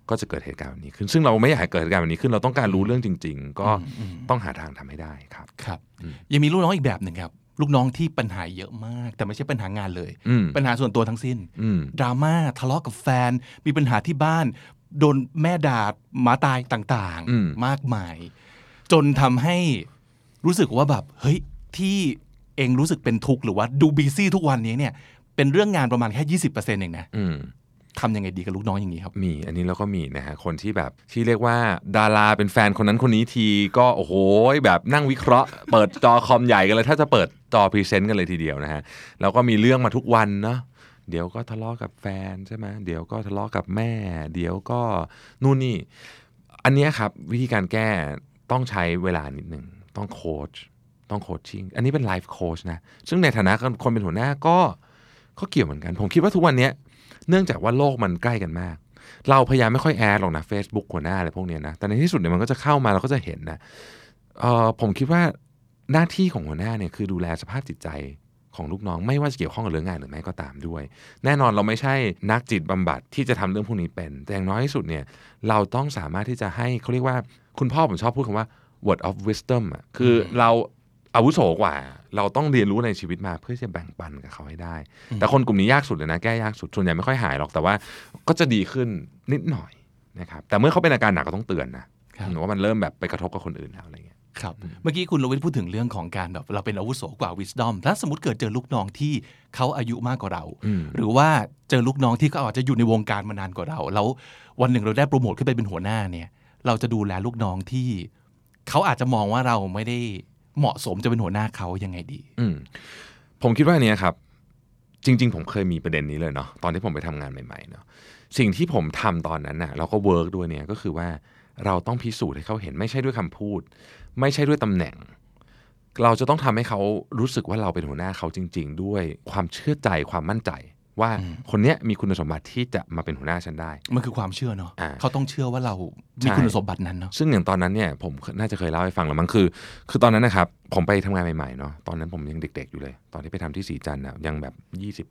ก็จะเกิดเหตุการณ์แบบนี้ขึ้นซึ่งเราไม่อยากให้เกิดเหตุการณ์แบบนี้ขึ้นเราต้องการรู้เรื่องจริงๆก็ต้องหาทางทำให้ได้ครับครับยังมีลูกน้องอีกแบบหนึ่งครับลูกน้องที่ปัญหาเยอะมากแต่ไม่ใช่ปัญหางานเลยปัญหาส่วนตัวทั้งสิ้นดราม่าทะเลาะกับแฟนมีปัญหาที่บ้านโดนแม่ด่าหมาตายต่างๆมากมายจนทำให้รู้สึกว่าแบบเฮ้ยที่เองรู้สึกเป็นทุกข์หรือว่าดูบีซี่ทุกวันนี้เนี่ยเป็นเรื่องงานประมาณแค่ 20% เองนะทำยังไงดีกับลูกน้องอย่างนี้ครับมีอันนี้เราก็มีนะฮะคนที่แบบที่เรียกว่าดาราเป็นแฟนคนนั้นคนนี้ทีก็โอ้โหแบบนั่งวิเคราะห์เปิดจอคอมใหญ่กันเลยถ้าจะเปิดจอพรีเซนต์กันเลยทีเดียวนะฮะแล้วก็มีเรื่องมาทุกวันเนาะเดี๋ยวก็ทะเลาะกับแฟนใช่ไหมเดี๋ยวก็ทะเลาะกับแม่เดี๋ยวก็นู่นนี่อันนี้ครับวิธีการแก้ต้องใช้เวลานิดนึงต้องโค้ชต้องโคชชิ่งอันนี้เป็นไลฟ์โค้ชนะซึ่งในฐานะคนเป็นหัวหน้าก็เกี่ยวเหมือนกันผมคิดว่าทุกวันนี้เนื่องจากว่าโลกมันใกล้กันมากเราพยายามไม่ค่อยแอดหรอกนะ Facebook หัวหน้าอะไรพวกนี้นะแต่ในที่สุดเนี่ยมันก็จะเข้ามาเราก็จะเห็นนะผมคิดว่าหน้าที่ของหัวหน้าเนี่ยคือดูแลสภาพจิตใจของลูกน้องไม่ว่าจะเกี่ยวข้องกับเรื่องงานหรือไม่ก็ตามด้วยแน่นอนเราไม่ใช่นักจิตบำบัดที่จะทำเรื่องพวกนี้เป็นแต่อย่างน้อยที่สุดเนี่ยเราต้องสามารถที่จะให้เขาเรียกว่าคุณพ่อผมชอบพูดคำว่า word of wisdom อ่ะคือเราอาวุโสกว่าเราต้องเรียนรู้ในชีวิตมาเพื่อจะแบ่งปันกับเขาให้ได้แต่คนกลุ่มนี้ยากสุดเลยนะแก้ยากสุดส่วนใหญ่ไม่ค่อยหายหรอกแต่ว่าก็จะดีขึ้นนิดหน่อยนะครับแต่เมื่อเขาเป็นอาการหนักก็ต้องเตือนนะว่ามันเริ่มแบบไปกระทบกับคนอื่นแล้วอะไรเงี้ยครับเมื่อกี้คุณโรวิทพูดถึงเรื่องของการแบบเราเป็นอาวุโสกว่า wisdom ถ้าสมมติเกิดเจอลูกน้องที่เขาอายุมากกว่าเราหรือว่าเจอลูกน้องที่เขาอาจจะอยู่ในวงการมานานกว่าเราแล้ววันหนึ่งเราได้โปรโมทขึ้นไปเป็นหัวหน้าเนี่ยเราจะดูแลลูกน้องที่เขาอาจจะมองว่าเราไม่ได้เหมาะสมจะเป็นหัวหน้าเขายังไงดีผมคิดว่าอันนี้ครับจริงๆผมเคยมีประเด็นนี้เลยเนาะตอนที่ผมไปทำงานใหม่ๆเนาะสิ่งที่ผมทำตอนนั้นน่ะเราก็เวิร์กด้วยเนี่ยก็คือว่าเราต้องพิสูจน์ให้เขาเห็นไม่ใช่ด้วยคำพูดไม่ใช่ด้วยตำแหน่งเราจะต้องทำให้เขารู้สึกว่าเราเป็นหัวหน้าเขาจริงๆด้วยความเชื่อใจความมั่นใจว่าคนนี้มีคุณสมบัติที่จะมาเป็นหัวหน้าฉันได้มันคือความเชื่อเนาะเขาต้องเชื่อว่าเรามีคุณสมบัตินั้นเนาะซึ่งอย่างตอนนั้นเนี่ยผมน่าจะเคยเล่าให้ฟังแล้วมั้งคือตอนนั้นนะครับผมไปทำงานใหม่ๆเนาะตอนนั้นผมยังเด็กๆอยู่เลยตอนที่ไปทำที่ศรีจันทร์นะยังแบบ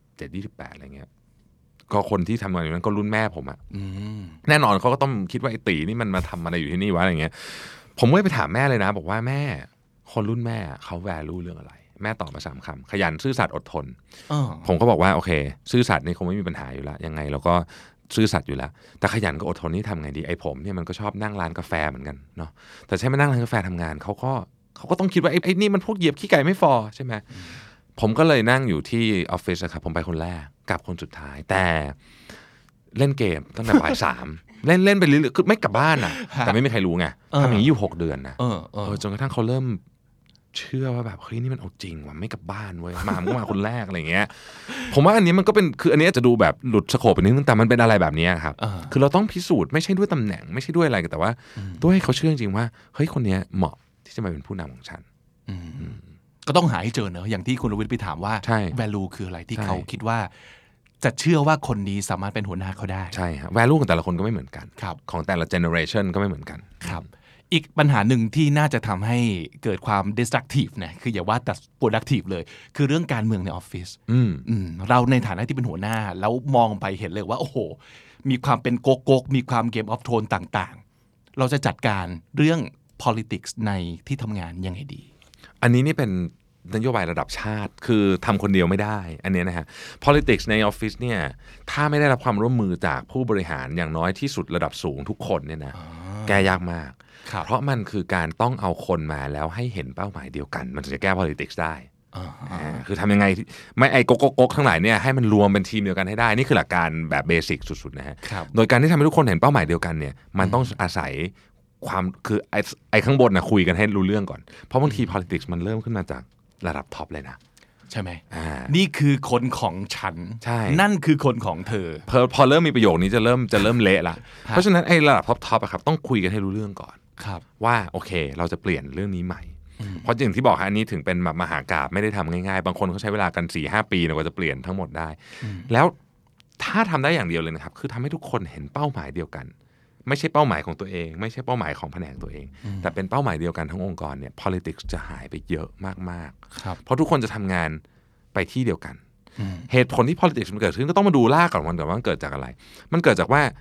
27-28อะไรเงี้ยก็คนที่ทำงานอยู่นั้นก็รุ่นแม่ผมอะแน่นอนเขาก็ต้องคิดว่าไอ้ตีนี่มันมาทำอะไรอยู่ที่นี่วะอะไรเงี้ยผมก็ไปถามแม่เลยนะบอกว่าแม่คนรุ่นแม่เขาแวลูเรื่องอะไรแม่ตอบมา3 คำขยันซื่อสัตย์อดทนผมก็บอกว่าโอเคซื่อสัตย์นี่คงไม่มีปัญหาอยู่แล้วยังไงเราก็ซื่อสัตย์อยู่แล้วแต่ขยันกับอดทนนี่ทำไงดีไอ้ผมเนี่ยมันก็ชอบนั่งร้านกาแฟเหมือนกันเนาะแต่ใช้มานั่งร้านกาแฟทำงานเขาก็ต้องคิดว่าไอ้นี่มันพวกเหยียบขี้ไก่ไม่ฟอใช่ไหมผมก็เลยนั่งอยู่ที่ออฟฟิศครับผมไปคนแรกกลับคนสุดท้ายแต่เล่นเกมตั้งแต่บ่าย 3เล่นไปเรื่อยๆคือไม่กลับบ้านนะแต่ไม่มีใครรู้ไงทำอย่างนี้อยู่6 เดือนนะจนกระทั่งเขาเริ่มเชื่อว่าแบบเฮ้ยนี่มันเอาจริงว่ะไม่กลับบ้านเว้ยมันก็มาคนแรกอะไรเงี้ยผมว่าอันนี้มันก็เป็นคืออันนี้จะดูแบบหลุดสโคปไปนิดนึงแต่มันเป็นอะไรแบบนี้ครับคือเราต้องพิสูจน์ไม่ใช่ด้วยตำแหน่งไม่ใช่ด้วยอะไรแต่ว่าด้วยให้เขาเชื่อจริงว่าเฮ้ยคนนี้เหมาะที่จะมาเป็นผู้นำของฉันก็ต้องหาให้เจอเนอะอย่างที่คุณรวิทย์ไปถามว่า value คืออะไรที่เขาคิดว่าจะเชื่อว่าคนนี้สามารถเป็นหัวหน้าเขาได้ใช่ครับ value ของแต่ละคนก็ไม่เหมือนกันของแต่ละ generation ก็ไม่เหมือนกันครับอีกปัญหาหนึ่งที่น่าจะทำให้เกิดความ destructive นะคืออย่าว่าแต่ productive เลยคือเรื่องการเมืองในออฟฟิศเราในฐานะที่เป็นหัวหน้าแล้วมองไปเห็นเลยว่าโอ้โหมีความเป็นโก๊กมีความ Game of Thrones ต่างๆเราจะจัดการเรื่อง politics ในที่ทำงานยังไงดีอันนี้นี่เป็นนโยบายระดับชาติคือทำคนเดียวไม่ได้อันนี้นะฮะ politics ในออฟฟิศเนี่ยถ้าไม่ได้รับความร่วมมือจากผู้บริหารอย่างน้อยที่สุดระดับสูงทุกคนเนี่ยนะแก้ยากมากเพราะมันคือการต้องเอาคนมาแล้วให้เห็นเป้าหมายเดียวกันมันจะแก้ politics ได้คือทำยังไงไม่ไอ้ก๊กทั้งหลายเนี่ยให้มันรวมเป็นทีมเดียวกันให้ได้นี่คือหลักการแบบเบสิกสุดๆนะฮะโดยการที่ทำให้ทุกคนเห็นเป้าหมายเดียวกันเนี่ยมันต้องอาศัยความคือไอ้ข้างบนนะคุยกันให้รู้เรื่องก่อนเพราะบางที politics มันเริ่มขึ้นมาจากระดับท็อปเลยนะใช่ไหมนี่คือคนของฉันนั่นคือคนของเธอพอเริ่มมีประโยคนี้จะเริ่มเละละเพราะฉะนั้นไอ้ระดับท็อปอะครับต้องคุยกันให้รู้เรื่องก่อนว่าโอเคเราจะเปลี่ยนเรื่องนี้ใหม่เพราะอย่างที่บอกอันนี้ถึงเป็นแบบมหากาพย์ไม่ได้ทำง่ายๆบางคนเขาใช้เวลากัน 4-5 ปีกว่าจะเปลี่ยนทั้งหมดได้แล้วถ้าทำได้อย่างเดียวเลยนะครับคือทำให้ทุกคนเห็นเป้าหมายเดียวกันไม่ใช่เป้าหมายของตัวเองไม่ใช่เป้าหมายของแผนกตัวเองแต่เป็นเป้าหมายเดียวกันทั้งองค์กรเนี่ย politics จะหายไปเยอะมากๆเพราะทุกคนจะทำงานไปที่เดียวกันเหตุผลที่ politics มันเกิดขึ้นก็ต้องมาดูล่าก่อนว่ามันเกิดจากอะไรมันเกิดจากว่า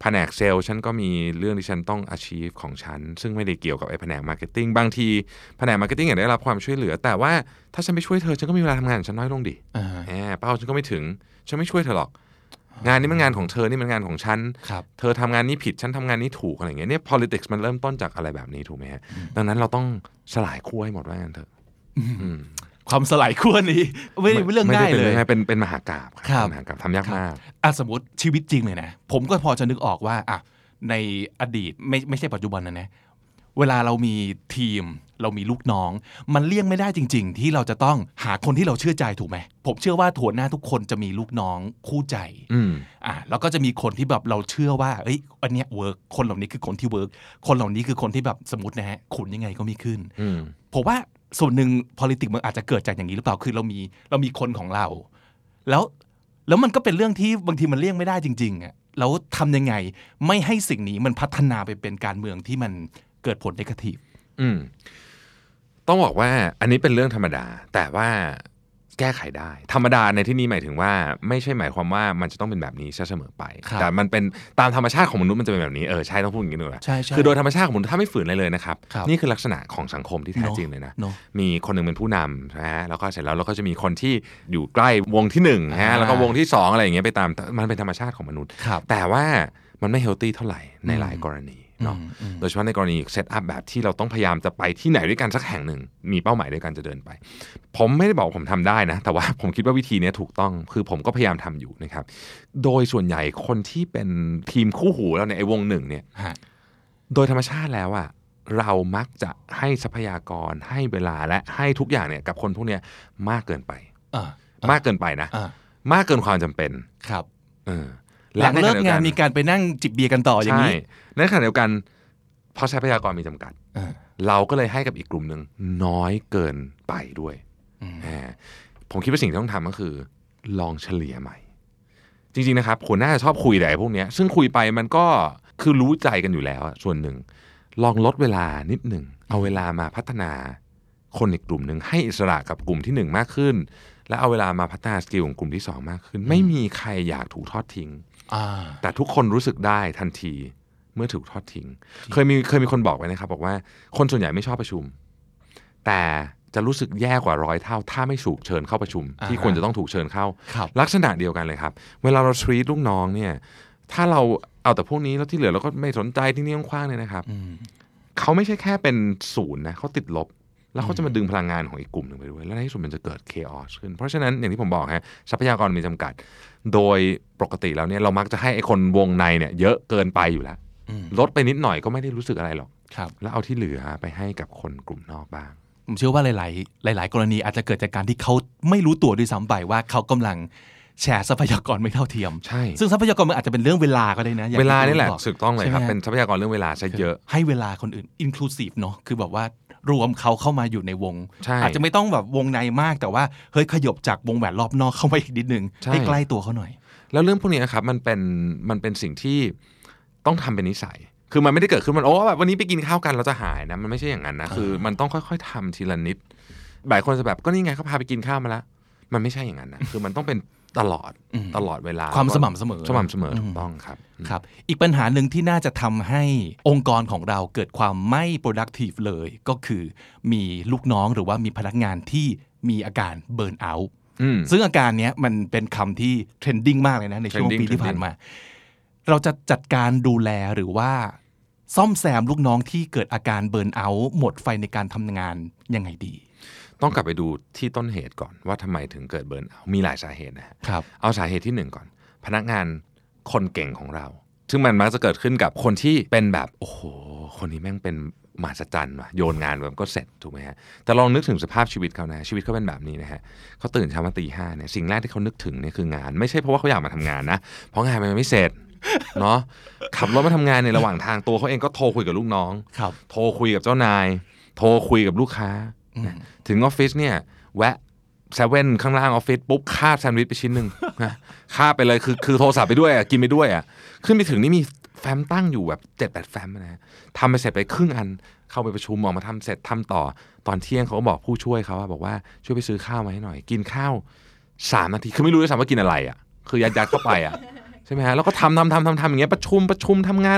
แผนกเซลล์ฉันก็มีเรื่องที่ฉันต้อง achieve ของฉันซึ่งไม่ได้เกี่ยวกับไอ้แผนก marketing บางทีแผนก marketing อยากได้รับความช่วยเหลือแต่ว่าถ้าฉันไปช่วยเธอฉันก็มีเวลาทำงานของฉันน้อยลงดิเป้าฉันก็ไม่ถึงฉันไม่ช่วยเธอหรอกงานนี้มันงานของเธอนี่มันงานของฉันเธอทำงานนี้ผิดฉันทำงานนี้ถูกอะไรอย่างเงี้ยเนี่ย politics มันเริ่มต้นจากอะไรแบบนี้ถูกไหมฮะดังนั้นเราต้องสลายขั้วให้หมดว่างั้นเถอะความสลายขั้วนี้ไม่เรื่องง่ายเลยเป็นมหากาพย์มหากาพย์ทำยากมากสมมติชีวิตจริงเลยนะผมก็พอจะนึกออกว่าในอดีตไม่ใช่ปัจจุบันนะเวลาเรามีทีมเรามีลูกน้องมันเลี่ยงไม่ได้จริงๆที่เราจะต้องหาคนที่เราเชื่อใจถูกไหมผมเชื่อว่าหัวหน้าทุกคนจะมีลูกน้องคู่ใจแล้วก็จะมีคนที่แบบเราเชื่อว่าอันเนี้ยเวิร์กคนเหล่านี้คือคนที่เวิร์กคนเหล่านี้คือคนที่แบบสมมตินะฮะขุนยังไงก็ไม่ขึ้นผมว่าส่วนหนึ่ง politics มันอาจจะเกิดจากอย่างนี้หรือเปล่าคือเรามีคนของเราแล้วมันก็เป็นเรื่องที่บางทีมันเลี่ยงไม่ได้จริงๆแล้วทำยังไงไม่ให้สิ่งนี้มันพัฒนาไปเป็นการเมืองที่มันเกิดผลเนกาทีฟต้องบอกว่าอันนี้เป็นเรื่องธรรมดาแต่ว่าแก้ไขได้ธรรมดาในที่นี้หมายถึงว่าไม่ใช่หมายความว่ามันจะต้องเป็นแบบนี้เสมอไปแต่มันเป็นตามธรรมชาติของมนุษย์มันจะเป็นแบบนี้ใช่ต้องพูดอย่างนี้ด้วยคือโดยธรรมชาติของมนุษย์ถ้าไม่ฝืนอะไรเลยนะครับนี่คือลักษณะของสังคมที่แท้จริงเลยนะมีคนหนึ่งเป็นผู้นำนะฮะแล้วก็เสร็จแล้วเราก็จะมีคนที่อยู่ใกล้วงที่1ฮะแล้วก็วงที่2อะไรอย่างเงี้ยไปตามมันเป็นธรรมชาติของมนุษย์แต่ว่ามันไม่เฮลตี้เท่าไหร่ในหลายกรณีเนาะโดยเฉพาะในกรณีเซตอัพแบบที่เราต้องพยายามจะไปที่ไหนด้วยกันสักแห่งหนึ่งมีเป้าหมายด้วยกันจะเดินไปผมไม่ได้บอกผมทำได้นะแต่ว่าผมคิดว่าวิธีนี้ถูกต้องคือผมก็พยายามทำอยู่นะครับโดยส่วนใหญ่คนที่เป็นทีมคู่หูแล้วในไอ้วงหนึ่งเนี่ยโดยธรรมชาติแล้วอ่ะเรามักจะให้ทรัพยากรให้เวลาและให้ทุกอย่างเนี่ยกับคนพวกนี้มากเกินไปมากเกินไปนะมากเกินความจำเป็นครับหลังเลิกงานมีการไปนั่งจิบเบียร์กันต่ออย่างนี้ในขณะเดียวกันเพราะทรัพยากรมีจำกัดเราก็เลยให้กับอีกกลุ่มหนึ่งน้อยเกินไปด้วยผมคิดว่าสิ่งที่ต้องทำก็คือลองเฉลี่ยใหม่จริงๆนะครับคนน่าจะชอบคุยแต่พวกนี้ซึ่งคุยไปมันก็คือรู้ใจกันอยู่แล้วส่วนหนึ่งลองลดเวลานิดหนึ่งเอาเวลามาพัฒนาคนอีกกลุ่มหนึ่งให้อิสระกับกลุ่มที่1มากขึ้นและเอาเวลามาพัฒนาสกิลของกลุ่มที่2มากขึ้นไม่มีใครอยากถูกทอดทิ้งแต่ทุกคนรู้สึกได้ทันทีเมื่อถูกทอดทิ้งเคยมีคนบอกไว้นะครับบอกว่าคนส่วนใหญ่ไม่ชอบประชุมแต่จะรู้สึกแย่กว่า100 เท่าถ้าไม่ถูกเชิญเข้าประชุมที่ควรจะต้องถูกเชิญเข้าลักษณะเดียวกันเลยครับเวลาเราทรีตลูกน้องเนี่ยถ้าเราเอาแต่พวกนี้แล้วที่เหลือเราก็ไม่สนใจที่นี่คว้างๆเนี่ยนะครับเขาไม่ใช่แค่เป็น0นะเขาติดลบแล้วเขาจะมาดึงพลังงานของอีกกลุ่มหนึ่งไปด้วยแล้วในที่สุดมันจะเกิด chaos ขึ้นเพราะฉะนั้นอย่างที่ผมบอกฮะทรัพยากรมีจำกัดโดยปกติแล้วเนี่ยเรามักจะให้ไอ้คนวงในเนี่ยเยอะเกินไปอยู่แล้วลดไปนิดหน่อยก็ไม่ได้รู้สึกอะไรหรอกแล้วเอาที่เหลือไปให้กับคนกลุ่มนอกบ้างผมเชื่อว่าหลายกรณีอาจจะเกิดจากการที่เขาไม่รู้ตัวด้วยซ้ำไปว่าเขากำลังแชร์ทรัพยากรไม่เท่าเทียมใช่ซึ่งทรัพยากรมันอาจจะเป็นเรื่องเวลาก็ได้นะเวลานี่แหละถูกต้องเลยครับเป็นทรัพยากรเรื่องเวลาใช้เยอะให้เวลาคนอื่น inclusive เนาะคือแบบว่ารวมเขาเข้ามาอยู่ในวงอาจจะไม่ต้องแบบวงในมากแต่ว่าเฮ้ยขยบจากวงแหวนรอบนอกเข้ามาอีกนิดนึงให้ใกล้ตัวเขาหน่อยแล้วเรื่องพวกนี้ครับมันเป็นสิ่งที่ต้องทำเป็นนิสัยคือมันไม่ได้เกิดขึ้นมันแบบวันนี้ไปกินข้าวกันเราจะหายนะมันไม่ใช่อย่างนั้นนะคือมันต้องค่อยๆทำทีละนิดหลายคนจะแบบก็นี่ไงเขาพาไปกินข้าวมาแล้วมันไม่ใช่อย่างนั้นนะคือมันต้องเป็นตลอดเวลาความสม่ำเสมอถูกต้องครับอีกปัญหาหนึ่งที่น่าจะทำให้องค์กรของเราเกิดความไม่ productive เลยก็คือมีลูกน้องหรือว่ามีพนักงานที่มีอาการ burn out ซึ่งอาการนี้มันเป็นคำที่เทรนดิ้งมากเลยนะในช่วงปีที่ผ่านมาเราจะจัดการดูแลหรือว่าซ่อมแซมลูกน้องที่เกิดอาการ burn out หมดไฟในการทำงานยังไงดีต้องกลับไปดูที่ต้นเหตุก่อนว่าทำไมถึงเกิดเบิร์นเอาท์มีหลายสาเหตุนะครับเอาสาเหตุที่1ก่อนพนักงานคนเก่งของเราซึ่งมันมักจะเกิดขึ้นกับคนที่เป็นแบบโอ้โหคนนี้แม่งเป็นมหัศจรรย์ว่ะโยนงานแบบก็เสร็จถูกไหมฮะแต่ลองนึกถึงสภาพชีวิตเขานะชีวิตเขาเป็นแบบนี้นะฮะเขาตื่นเช้ามาตี 5เนี่ยสิ่งแรกที่เขานึกถึงเนี่ยคืองานไม่ใช่เพราะว่าเขาอยากมาทำงานนะเพราะงานมันไม่เสร็จเนาะขับรถมาทำงานในระหว่างทางตัวเขาเองก็โทรคุยกับลูกน้องโทรคุยกับเจ้านายโทรคุยกับลูกค้าถึงออฟฟิศเนี่ยแวะเซเว่นข้างล่างออฟฟิศปุ๊บคาบแซนด์วิชไปชิ้นนึงคาบไปเลยคือโทรศัพท์ไปด้วยกินไปด้วยขึ้นไปถึงนี่มีแฟ้มตั้งอยู่แบบ 7-8 แฟ้มนะทำไปเสร็จไปครึ่งอันเข้าไปประชุมออกมาทำเสร็จทำต่อตอนเที่ยงเขาก็บอกผู้ช่วยเขาบอกว่าช่วยไปซื้อข้าวมาให้หน่อยกินข้าว3 นาทีคือไม่รู้ด้วยซ้ำว่ากินอะไรคือยัดเข้าไปใช่ช่ไหมฮะแล้วก็ทำอย่างเงี้ยประชุมทำงาน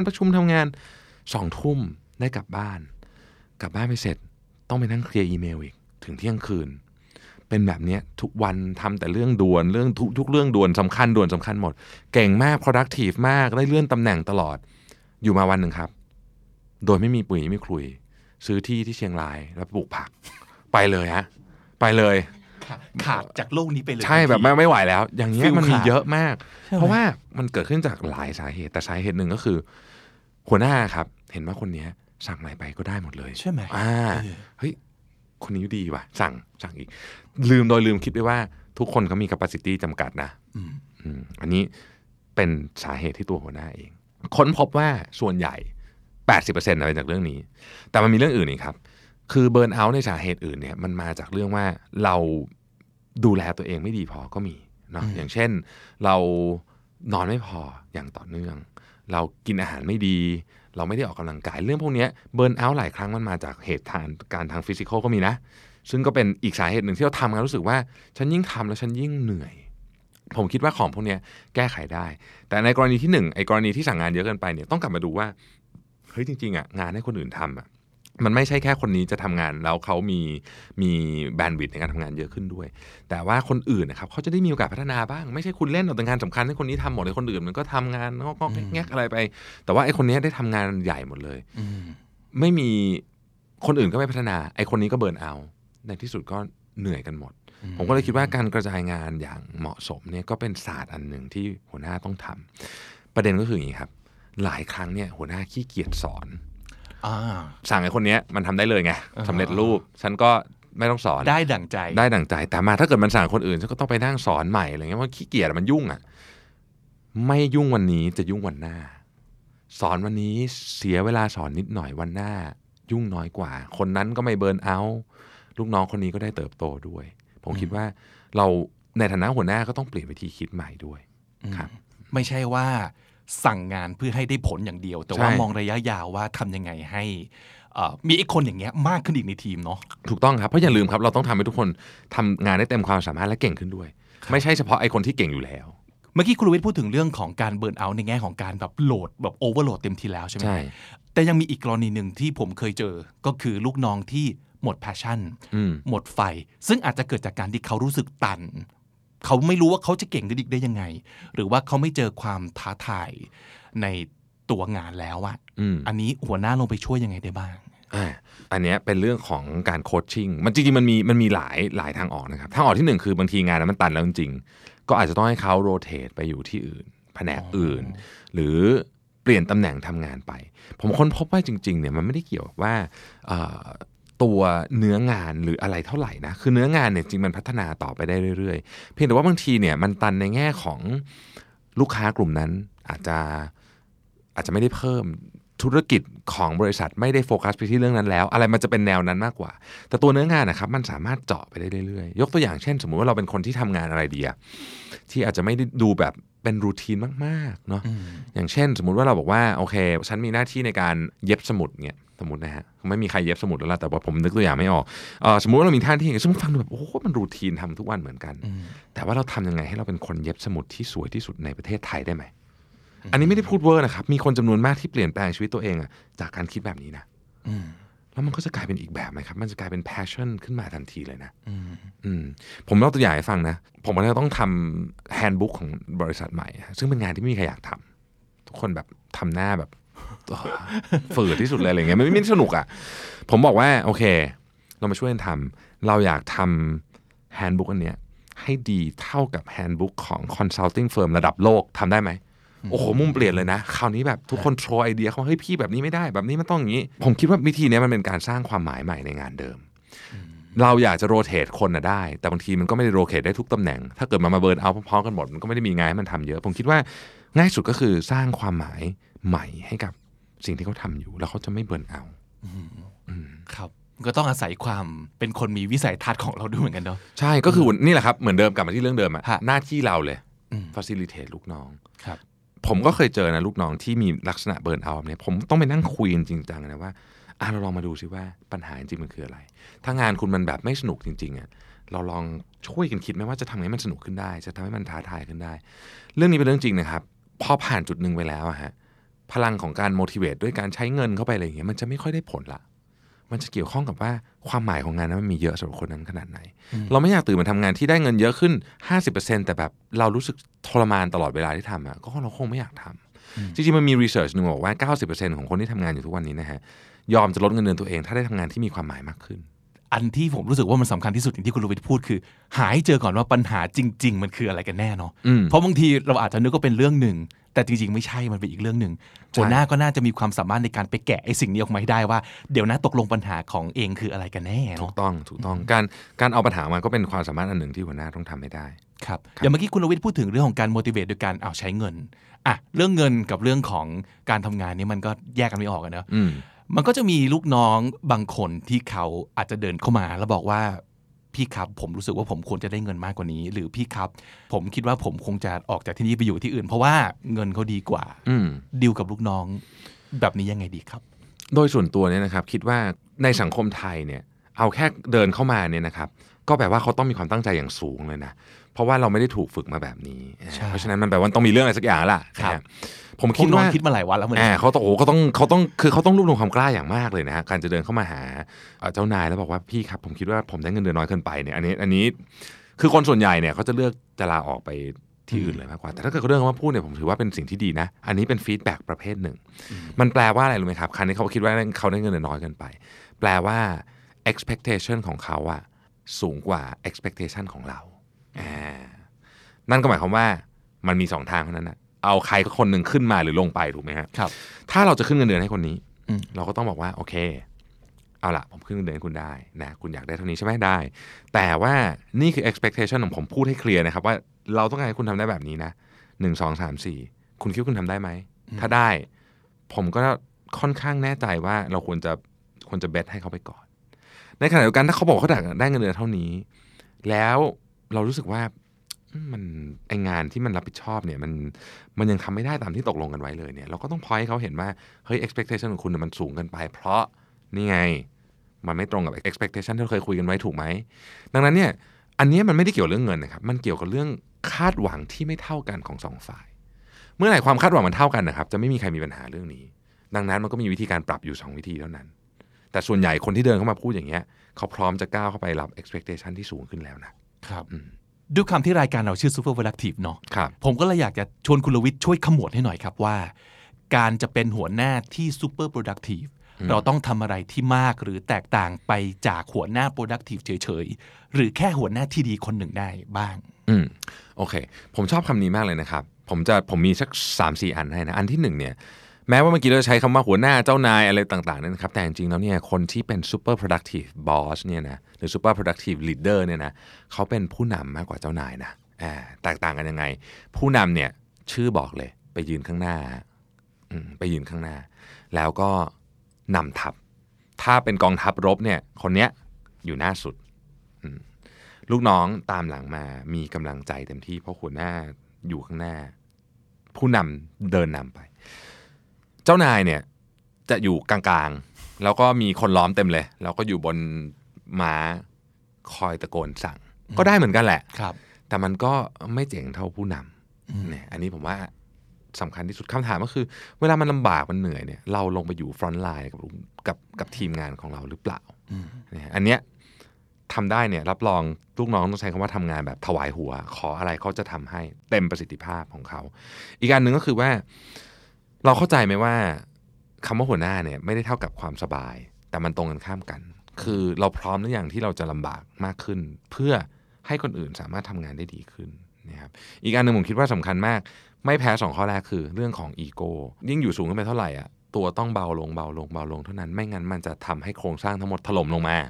2 ทุ่มได้กลับบ้านไปเสร็จต้องไปนั่งเคลียร์อีเมลอีกถึงเที่ยงคืนเป็นแบบนี้ทุกวันทำแต่เรื่องด่วนเรื่องทุกเรื่องด่วนสำคัญหมดเก่งมาก productive มากได้เลื่อนตำแหน่งตลอดอยู่มาวันหนึ่งครับโดยไม่มีปุ๋ยไม่คลุยซื้อที่เชียงรายแล้วปลูกผักไปเลยฮะไปเลยขาดจากโลกนี้ไปเลยใช่แบบไม่ไหวแล้วอย่างเงี้ยมันมีเยอะมากเพราะว่ามันเกิดขึ้นจากหลายสาเหตุแต่สาเหตุหนึ่งก็คือหัวหน้าครับเห็นว่าคนนี้สั่งอะไรไปก็ได้หมดเลยใช่ไหมเฮ้ยคนนี้ดีว่ะสั่งอีกลืมคิดไปว่าทุกคนเขามี capacity จำกัดนะอันนี้เป็นสาเหตุที่ตัวหัวหน้าเองค้นพบว่าส่วนใหญ่ 80% มาจากเรื่องนี้แต่มันมีเรื่องอื่นอีกครับคือเบิร์นเอาท์ในสาเหตุอื่นเนี่ยมันมาจากเรื่องว่าเราดูแลตัวเองไม่ดีพอก็มีเนาะอย่างเช่นเรานอนไม่พออย่างต่อเนื่องเรากินอาหารไม่ดีเราไม่ได้ออกกำลังกายเรื่องพวกนี้เบิร์นเอาท์หลายครั้งมันมาจากเหตุการณ์ทางฟิสิกอลก็มีนะซึ่งก็เป็นอีกสาเหตุหนึ่งที่เราทำกันรู้สึกว่าฉันยิ่งทำแล้วฉันยิ่งเหนื่อยผมคิดว่าของพวกนี้แก้ไขได้แต่ในกรณีที่1ไอ้กรณีที่สั่งงานเยอะเกินไปเนี่ยต้องกลับมาดูว่าเฮ้ยจริงๆอ่ะงานให้คนอื่นทำอ่ะมันไม่ใช่แค่คนนี้จะทำงานแล้วเขามีแบนด์วิดต์ในการทำงานเยอะขึ้นด้วยแต่ว่าคนอื่นนะครับเขาจะได้มีโอกาสพัฒนาบ้างไม่ใช่คุณเล่นแต่งานสำคัญให้คนนี้ทำหมดเลยคนอื่นมันก็ทำงานก็แงกอะไรไปแต่ว่าไอ้คนนี้ได้ทำงานใหญ่หมดเลยไม่มีคนอื่นก็ไม่พัฒนาไอ้คนนี้ก็เบิร์นเอาท์ในที่สุดก็เหนื่อยกันหมดผมก็เลยคิดว่าการกระจายงานอย่างเหมาะสมเนี่ยก็เป็นศาสตร์อันหนึ่งที่หัวหน้าต้องทำประเด็นก็คืออย่างนี้ครับหลายครั้งเนี่ยหัวหน้าขี้เกียจสอนสั่งไอ้คนนี้มันทำได้เลยไงสำเร็จรูปฉันก็ไม่ต้องสอนได้ดั่งใจแต่มาถ้าเกิดมันสั่งคนอื่นฉันก็ต้องไปนั่งสอนใหม่อะไรเงี้ยเพราะขี้เกียจมันยุ่งอ่ะไม่ยุ่งวันนี้จะยุ่งวันหน้าสอนวันนี้เสียเวลาสอนนิดหน่อยวันหน้ายุ่งน้อยกว่าคนนั้นก็ไม่เบิร์นเอาท์ลูกน้องคนนี้ก็ได้เติบโตด้วยผมคิดว่าเราในฐานะหัวหน้าก็ต้องเปลี่ยนวิธีคิดใหม่ด้วยครับไม่ใช่ว่าสั่งงานเพื่อให้ได้ผลอย่างเดียวแต่ว่ามองระยะยาวว่าทำยังไงให้มีอีกคนอย่างเงี้ยมากขึ้นอีกในทีมเนาะถูกต้องครับเพราะอย่าลืมครับเราต้องทำให้ทุกคนทำงานได้เต็มความสามารถและเก่งขึ้นด้วยไม่ใช่เฉพาะไอ้คนที่เก่งอยู่แล้วเมื่อกี้คุณวิทย์พูดถึงเรื่องของการเบิร์นเอาท์ในแง่ของการแบบโหลดแบบโอเวอร์โหลดเต็มทีแล้วใช่ไหมแต่ยังมีอีกกรณีหนึ่งที่ผมเคยเจอก็คือลูกน้องที่หมด passion หมดไฟซึ่งอาจจะเกิดจากการที่เขารู้สึกตันเขาไม่รู้ว่าเขาจะเก่งได้ยังไงหรือว่าเขาไม่เจอความท้าทายในตัวงานแล้วอ่ะอันนี้หัวหน้าลงไปช่วยยังไงได้บ้างอันนี้เป็นเรื่องของการโคชชิ่งมันจริงๆมันมีหลายทางออกนะครับทางออกที่1คือบางทีงานมันตันแล้วจริงๆก็อาจจะต้องให้เขาโรเตทไปอยู่ที่อื่นแผนกอื่นหรือเปลี่ยนตำแหน่งทำงานไปผมค้นพบว่าจริงๆเนี่ยมันไม่ได้เกี่ยวกับว่าตัวเนื้องานหรืออะไรเท่าไหร่นะคือเนื้องานเนี่ยจริงมันพัฒนาต่อไปได้เรื่อยๆเพียงแต่ว่าบางทีเนี่ยมันตันในแง่ของลูกค้ากลุ่มนั้นอาจจะไม่ได้เพิ่มธุรกิจของบริษัทไม่ได้โฟกัสไปที่เรื่องนั้นแล้วอะไรมันจะเป็นแนวนั้นมากกว่าแต่ตัวเนื้องานนะครับมันสามารถเจาะไปได้เรื่อยๆยกตัวอย่างเช่นสมมุติว่าเราเป็นคนที่ทำงานอะไรดีอะที่อาจจะไม่ได้ดูแบบเป็นรูทีนมากๆเนาะอย่างเช่นสมมุติว่าเราบอกว่าโอเคฉันมีหน้าที่ในการเย็บสมุดเนี่ยสมมุตินะฮะไม่มีใครเย็บสมุดแล้วล่ะแต่ว่าผมนึกตัวอย่างไม่ออกสมมุติว่าเรามีหน้าที่ซึ่งฟังดูแบบโอ้โหมันรูทีนทำทุกวันเหมือนกันแต่ว่าเราทำยังไงให้เราเป็นคนเย็บสมุดที่สวยที่สุดในประเทศไทยได้ไหมอันนี้ไม่ได้พูดเวอร์นะครับมีคนจำนวนมากที่เปลี่ยนแปลงชีวิตตัวเองจากการคิดแบบนี้นะแล้วมันก็จะกลายเป็นอีกแบบไหมครับมันจะกลายเป็น passion ขึ้นมาทันทีเลยนะผมเล่าตัวอย่างให้ฟังนะผมก็ต้องทำ handbook ของบริษัทใหม่ซึ่งเป็นงานที่ไม่มีใครอยากทำทุกคนแบบทำหน้าแบบฝืดที่สุดเลยอะไรเงี้ยไม่สนุกอ่ะผมบอกว่าโอเคเรามาช่วยกันทำเราอยากทำ handbook อันเนี้ยให้ดีเท่ากับ handbook ของ consulting firm ระดับโลกทำได้ไหมโอ้โหมุมเปลี่ยนเลยนะคราวนี้แบบทุกคนโทรไอเดียเขาเฮ้ยพี่แบบนี้ไม่ได้แบบนี้มันต้องอย่างนี้ผมคิดว่าวิธีนี้มันเป็นการสร้างความหมายใหม่ในงานเดิมเราอยากจะโรเตทคนได้แต่บางทีมันก็ไม่ได้โรเตทได้ทุกตำแหน่งถ้าเกิดมาเบิร์นเอาพร้อมๆกันหมดมันก็ไม่ได้มีงานให้มันทำเยอะผมคิดว่าง่ายสุดก็คือสร้างความหมายใหม่ให้กับสิ่งที่เขาทำอยู่แล้วเขาจะไม่เบิร์นเอาครับก็ต้องอาศัยความเป็นคนมีวิสัยทัศน์ของเราด้วยเหมือนกันเนาะใช่ก็คือนี่แหละครับเหมือนเดิมกลับมาที่เรื่องเดิมอะหน้าที่เราเลย facilitate ลูกน้องผมก็เคยเจอนะลูกน้องที่มีลักษณะเบิร์นเอาท์เนี่ยผมต้องไปนั่งคุยจริงจังนะว่าเราลองมาดูซิว่าปัญหาจริงมันคืออะไรถ้างานคุณมันแบบไม่สนุกจริงๆเราลองช่วยกันคิดไหมว่าจะทำให้มันสนุกขึ้นได้จะทำให้มันท้าทายขึ้นได้เรื่องนี้เป็นเรื่องจริงนะครับพอผ่านจุดนึงไปแล้วฮะพลังของการ motivate ด้วยการใช้เงินเข้าไปอะไรอย่างเงี้ยมันจะไม่ค่อยได้ผลละมันจะเกี่ยวข้องกับว่าความหมายของงานนั้นมันมีเยอะสำหรับคนนั้นขนาดไหนเราไม่อยากตื่นมาทำงานที่ได้เงินเยอะขึ้น 50% แต่แบบเรารู้สึกทรมานตลอดเวลาที่ทำอ่ะก็เราคงไม่อยากทำจริงๆมันมี research นึงบอกว่า 90% ของคนที่ทำงานอยู่ทุกวันนี้นะฮะยอมจะลดเงินเดือนตัวเองถ้าได้ทำงานที่มีความหมายมากขึ้นอันที่ผมรู้สึกว่ามันสำคัญที่สุดอย่างที่คุณรวิทย์พูดคือหาให้เจอก่อนว่าปัญหาจริงๆมันคืออะไรกันแน่เนาะเพราะบางทีเราอาจจะนึกว่าเป็นเรื่องหนึ่งแต่จริงๆไม่ใช่มันเป็นอีกเรื่องหนึ่งหัวหน้าก็น่าจะมีความสามารถในการไปแกะไอ้สิ่งนี้ออกมาให้ได้ว่าเดี๋ยวนะตกลงปัญหาของเองคืออะไรกันแน่เนาะถูกต้องการเอาปัญหามาก็เป็นความสามารถอันหนึ่งที่หัวหน้าต้องทำให้ได้ครับอย่างเมื่อกี้คุณรวิทย์พูดถึงเรื่องของการ motivate โดยการใช้เงินเรื่องเงินกับเรื่องของการทำงานนี่มันก็แยกกันไม่ออกกันเนอะมันก็จะมีลูกน้องบางคนที่เขาอาจจะเดินเข้ามาแล้วบอกว่าพี่ครับผมรู้สึกว่าผมควรจะได้เงินมากกว่านี้หรือพี่ครับผมคิดว่าผมคงจะออกจากที่นี่ไปอยู่ที่อื่นเพราะว่าเงินเขาดีกว่าดีลกับลูกน้องแบบนี้ยังไงดีครับโดยส่วนตัวเนี่ยนะครับคิดว่าในสังคมไทยเนี่ยเอาแค่เดินเข้ามาเนี่ยนะครับก็แปลว่าเขาต้องมีความตั้งใจอย่างสูงเลยนะเพราะว่าเราไม่ได้ถูกฝึกมาแบบนี้เพราะฉะนั้นมันแปลว่าต้องมีเรื่องอะไรสักอย่างล่ะผมคิดว่าคิดมาหลายวันแล้วเหมือนเขาต้องรวบรวมความกล้าอย่างมากเลยนะฮะการจะเดินเข้ามาหาเจ้านายแล้วบอกว่าพี่ครับผมคิดว่าผมได้เงินเดือนน้อยเกินไปเนี่ยอันนี้คือคนส่วนใหญ่เนี่ยเขาจะเลือกจะลาออกไปที่อื่นเลยมากกว่าแต่ถ้าเกิดเขาเรื่องมาพูดเนี่ยผมถือว่าเป็นสิ่งที่ดีนะอันนี้เป็นฟีดแบ็กประเภทหนึ่งมันแปลว่าอะไรรู้ไหมครับคันนี้เขาคิดว่าเขาได้เงินเดือนน้อยเกินไปแปลว่า expectation ของเขาอะสูงกว่า expectation ของเรานั่นก็หมายความว่ามันมี2ทางเท่านั้นนะเอาใครก็คนหนึ่งขึ้นมาหรือลงไปถูกไหมครับถ้าเราจะขึ้นเงินเดือนให้คนนี้เราก็ต้องบอกว่าโอเคเอาล่ะผมขึ้นเงินเดือนให้คุณได้นะคุณอยากได้เท่านี้ใช่ไหมได้แต่ว่านี่คือ expectation ของผมพูดให้เคลียร์นะครับว่าเราต้องการให้คุณทำได้แบบนี้นะ1 2 3 4คุณคิดว่าคุณทำได้ไหมถ้าได้ผมก็ค่อนข้างแน่ใจว่าเราควรจะเบทให้เขาไปก่อนในขณะเดียวกันถ้าเขาบอกเขาได้เงินเดือนเท่านี้แล้วเรารู้สึกว่ามันไองานที่มันรับผิดชอบเนี่ยมันยังทำไม่ได้ตามที่ตกลงกันไว้เลยเนี่ยเราก็ต้องพอยให้เขาเห็นว่าเฮ้ย expectation ของคุณมันสูงเกินไปเพราะนี่ไงมันไม่ตรงกับ expectation ที่เราเคยคุยกันไว้ถูกไหมดังนั้นเนี่ยอันนี้มันไม่ได้เกี่ยวเรื่องเงินนะครับมันเกี่ยวกับเรื่องคาดหวังที่ไม่เท่ากันของ2ฝ่ายเมื่อไหร่ความคาดหวังมันเท่ากันนะครับจะไม่มีใครมีปัญหาเรื่องนี้ดังนั้นมันก็มีวิธีการปรับอยู่2วิธีเท่านั้นแต่ส่วนใหญ่คนที่เดินเข้ามาพูดอย่างเงี้ยเขาพร้อมจะก้าวเข้าไปรับ expectation ที่สูงขึ้นแล้วนะครับด้วยคำที่รายการเราชื่อ Super Productive เนาะผมก็เลยอยากจะชวนคุณลวิทย์ช่วยขมวดให้หน่อยครับว่าการจะเป็นหัวหน้าที่ Super Productive เราต้องทำอะไรที่มากหรือแตกต่างไปจากหัวหน้า Productive เฉยๆหรือแค่หัวหน้าที่ดีคนหนึ่งได้บ้างโอเคผมชอบคำนี้มากเลยนะครับผมมีสัก 3-4 อันให้นะอันที่1เนี่ยแม้ว่าเมื่อกี้เราจะใช้คำว่าหัวหน้าเจ้านายอะไรต่างๆนั่นนะครับแต่จริงๆแล้วเนี่ยคนที่เป็น super productive boss เนี่ยนะหรือ super productive leader เนี่ยนะเขาเป็นผู้นำมากกว่าเจ้านายนะแตกต่างกันยังไงผู้นำเนี่ยชื่อบอกเลยไปยืนข้างหน้าไปยืนข้างหน้าแล้วก็นำทัพถ้าเป็นกองทัพรบเนี่ยคนเนี้ยอยู่หน้าสุดลูกน้องตามหลังมามีกำลังใจเต็มที่เพราะหัวหน้าอยู่ข้างหน้าผู้นำเดินนำไปเจ้านายเนี่ยจะอยู่กลางๆแล้วก็มีคนล้อมเต็มเลยแล้วก็อยู่บนม้าคอยตะโกนสั่งก็ได้เหมือนกันแหละแต่มันก็ไม่เจ๋งเท่าผู้นำเนี่ยอันนี้ผมว่าสำคัญที่สุดคำถามก็คือเวลามันลำบากมันเหนื่อยเนี่ยเราลงไปอยู่ฟรอนต์ไลน์กับทีมงานของเราหรือเปล่าเนี่ยอันเนี้ยทำได้เนี่ยรับรองลูกน้องต้องใช้คำว่าทำงานแบบถวายหัวขออะไรเขาจะทำให้เต็มประสิทธิภาพของเขาอีกอันหนึ่งก็คือว่าเราเข้าใจไหมว่าคำว่าหัวหน้าเนี่ยไม่ได้เท่ากับความสบายแต่มันตรงกันข้ามกันคือเราพร้อมหรือยังที่เราจะลำบากมากขึ้นเพื่อให้คนอื่นสามารถทำงานได้ดีขึ้นนะครับอีกอันนึงผมคิดว่าสำคัญมากไม่แพ้2ข้อแรกคือเรื่องของอีโก้ยิ่งอยู่สูงขึ้นไปเท่าไหร่อ่ะตัวต้องเบาลงเท่านั้นไม่งั้นมันจะทำให้โครงสร้างทั้งหมดถล่มลงมา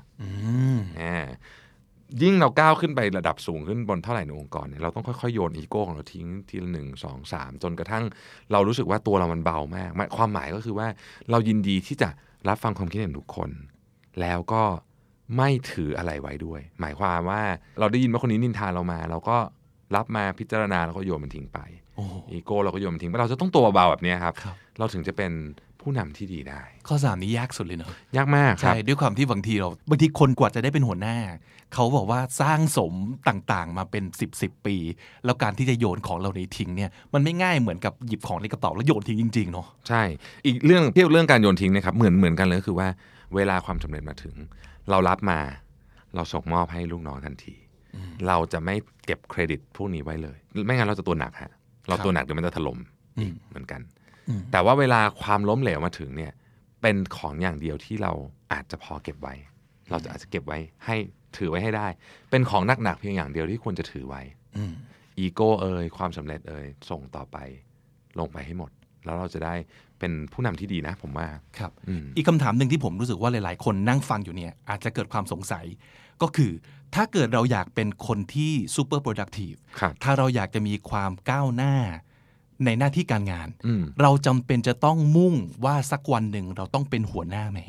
ยิ่งเราก้าวขึ้นไประดับสูงขึ้นบนเท่าไหร่ในองค์กรเนี่ยเราต้องค่อยๆโยนอีโก้ของเราทิ้งทีละ1 2 3จนกระทั่งเรารู้สึกว่าตัวเรามันเบามากความหมายก็คือว่าเรายินดีที่จะรับฟังความคิดเห็นทุกคนแล้วก็ไม่ถืออะไรไว้ด้วยหมายความว่าเราได้ยินว่าคนนี้นินทาเรามาเราก็รับมาพิจารณาแล้วก็โยนมันทิ้งไปอีโก้เราก็โยนมันทิ้งไปเราจะต้องตัวเบาแบบนี้ครับเราถึงจะเป็นผู้นำที่ดีได้ข้อ3นี้ยากสุดเลยเนอะยากมากครับใช่ด้วยความที่บางทีคนกว่าจะได้เป็นหัวหน้าเขาบอกว่าสร้างสมต่างๆมาเป็น10ปีแล้วการที่จะโยนของเราในทิ้งเนี่ยมันไม่ง่ายเหมือนกับหยิบของในกระเป๋าแล้วโยนทิ้งจริงๆเนาะใช่อีกเรื่องการโยนทิ้งนะครับเหมือนกันเลยคือว่าเวลาความสำเร็จมาถึงเรารับมาเราส่งมอบให้ลูกน้องทันทีเราจะไม่เก็บเครดิตพวกนี้ไว้เลยไม่งั้นเราจะตัวหนักฮะเราตัวหนักเดี๋ยวมันจะถล่มอีกเหมือนกันแต่ว่าเวลาความล้มเหลวมาถึงเนี่ยเป็นของอย่างเดียวที่เราอาจจะพอเก็บไว้เราอาจจะเก็บไว้ให้ถือไว้ให้ได้เป็นของหนักๆเพียงอย่างเดียวที่ควรจะถือไว้อีโก้ความสำเร็จส่งต่อไปลงไปให้หมดแล้วเราจะได้เป็นผู้นำที่ดีนะผมว่าครับอีกคำถามหนึ่งที่ผมรู้สึกว่าหลายๆคนนั่งฟังอยู่เนี่ยอาจจะเกิดความสงสัยก็คือถ้าเกิดเราอยากเป็นคนที่ super productive ถ้าเราอยากจะมีความก้าวหน้าในหน้าที่การงานเราจำเป็นจะต้องมุ่งว่าสักวันหนึ่งเราต้องเป็นหัวหน้าไหม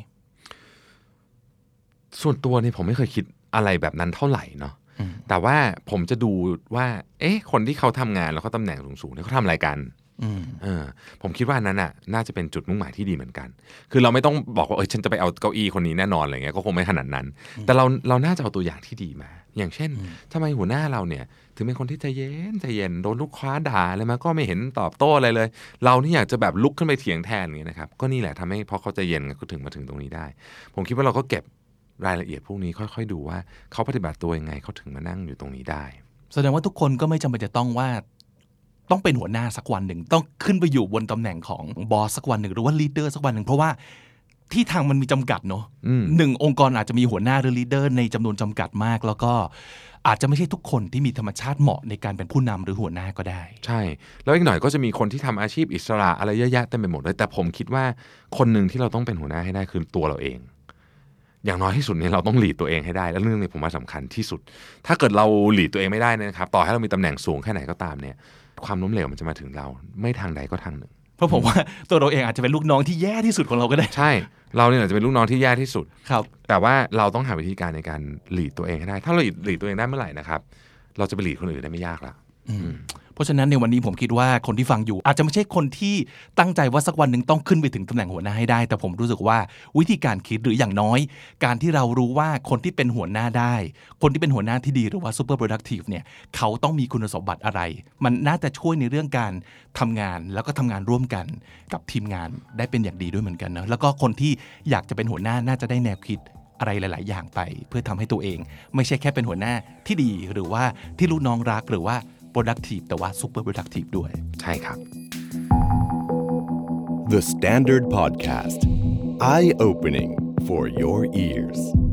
ส่วนตัวนี่ผมไม่เคยคิดอะไรแบบนั้นเท่าไหร่เนาะแต่ว่าผมจะดูว่าคนที่เขาทำงานแล้วเขาตำแหน่งสูงๆเนี่ยเขาทำอะไรกันผมคิดว่านั้นน่ะน่าจะเป็นจุดมุ่งหมายที่ดีเหมือนกันคือเราไม่ต้องบอกว่าฉันจะไปเอาเก้าอี้คนนี้แน่นอนอะไรเงี้ยก็คงไม่ขนาดนั้นแต่เราน่าจะเอาตัวอย่างที่ดีมาอย่างเช่นทำไมหัวหน้าเราเนี่ยถึงเป็นคนที่ใจเย็นโดนลูกค้าด่าอะไรมาก็ไม่เห็นตอบโต้อะไรเลยเรานี่อยากจะแบบลุกขึ้นไปเถียงแทนอย่างเงี้ยนะครับก็นี่แหละทำให้พอเขาใจเย็นก็ถึงมาถึงตรงนี้ได้ผมคิดว่าเราก็เก็บรายละเอียดพวกนี้ค่อยๆดูว่าเขาปฏิบัติตัวยังไงเขาถึงมานั่งอยู่ตรงนี้ได้แสดงว่าทุกคนก็ไม่จำเป็นจะต้องว่าต้องเป็นหัวหน้าสักวันหนึ่งต้องขึ้นไปอยู่บนตำแหน่งของบอสสักวันหนึ่งหรือว่าลีดเดอร์สักวันหนึ่งเพราะว่าที่ทางมันมีจำกัดเนาะหนึ่งองค์กรอาจจะมีหัวหน้าหรือลีดเดอร์ในจำนวนจำกัดมากแล้วก็อาจจะไม่ใช่ทุกคนที่มีธรรมชาติเหมาะในการเป็นผู้นำหรือหัวหน้าก็ได้ใช่แล้วอีกหน่อยก็จะมีคนที่ทำอาชีพอิสระอะไรเยอะแยะเต็มไปหมดเลยแต่ผมคิดว่าคนหนึ่งที่เราต้องเป็นหัวหน้าให้ได้คือตัวเราเองอย่างน้อยที่สุดเนี่ยเราต้องลีดตัวเองให้ได้และเรื่องนี้ผมว่าสำคัญที่สุดถ้าเกิดเราลีดตัวเองไม่ได้นะครับต่อให้เรามีตำแหน่งสูงแค่ไหนก็ตามเนี่ยความล้มเหลวมันจะมาถึงเราไม่ทางใดก็ทางหนึ่งเพราะผมว่าตัวเราเองอาจจะเป็นลูกน้องที่แย่ที่สุดของเราก็ได้ใช่เราเนี่ยอาจจะเป็นลูกน้องที่แย่ที่สุดครับแต่ว่าเราต้องหาวิธีการในการลีดตัวเองให้ได้ถ้าเราลีดตัวเองได้เมื่อไหร่นะครับเราจะไปลีดคนอื่นได้ไม่ยากละเพราะฉะนั้นในวันนี้ผมคิดว่าคนที่ฟังอยู่อาจจะไม่ใช่คนที่ตั้งใจว่าสักวันหนึ่งต้องขึ้นไปถึงตำแหน่งหัวหน้าให้ได้แต่ผมรู้สึกว่าวิธีการคิดหรืออย่างน้อยการที่เรารู้ว่าคนที่เป็นหัวหน้าได้คนที่เป็นหัวหน้าที่ดีหรือว่า super productive เนี่ยเขาต้องมีคุณสมบัติอะไรมันน่าจะช่วยในเรื่องการทำงานแล้วก็ทำงานร่วมกันกับทีมงานได้เป็นอย่างดีด้วยเหมือนกันนะแล้วก็คนที่อยากจะเป็นหัวหน้าน่าจะได้แนวคิดอะไรหลายๆอย่างไปเพื่อทำให้ตัวเองไม่ใช่แค่เป็นหัวหน้าที่ดีหรือว่าที่ลูกน้องรักหรือว่าproductive แต่ว่า super productive ด้วยใช่ครับ The Standard Podcast Eye Opening for your ears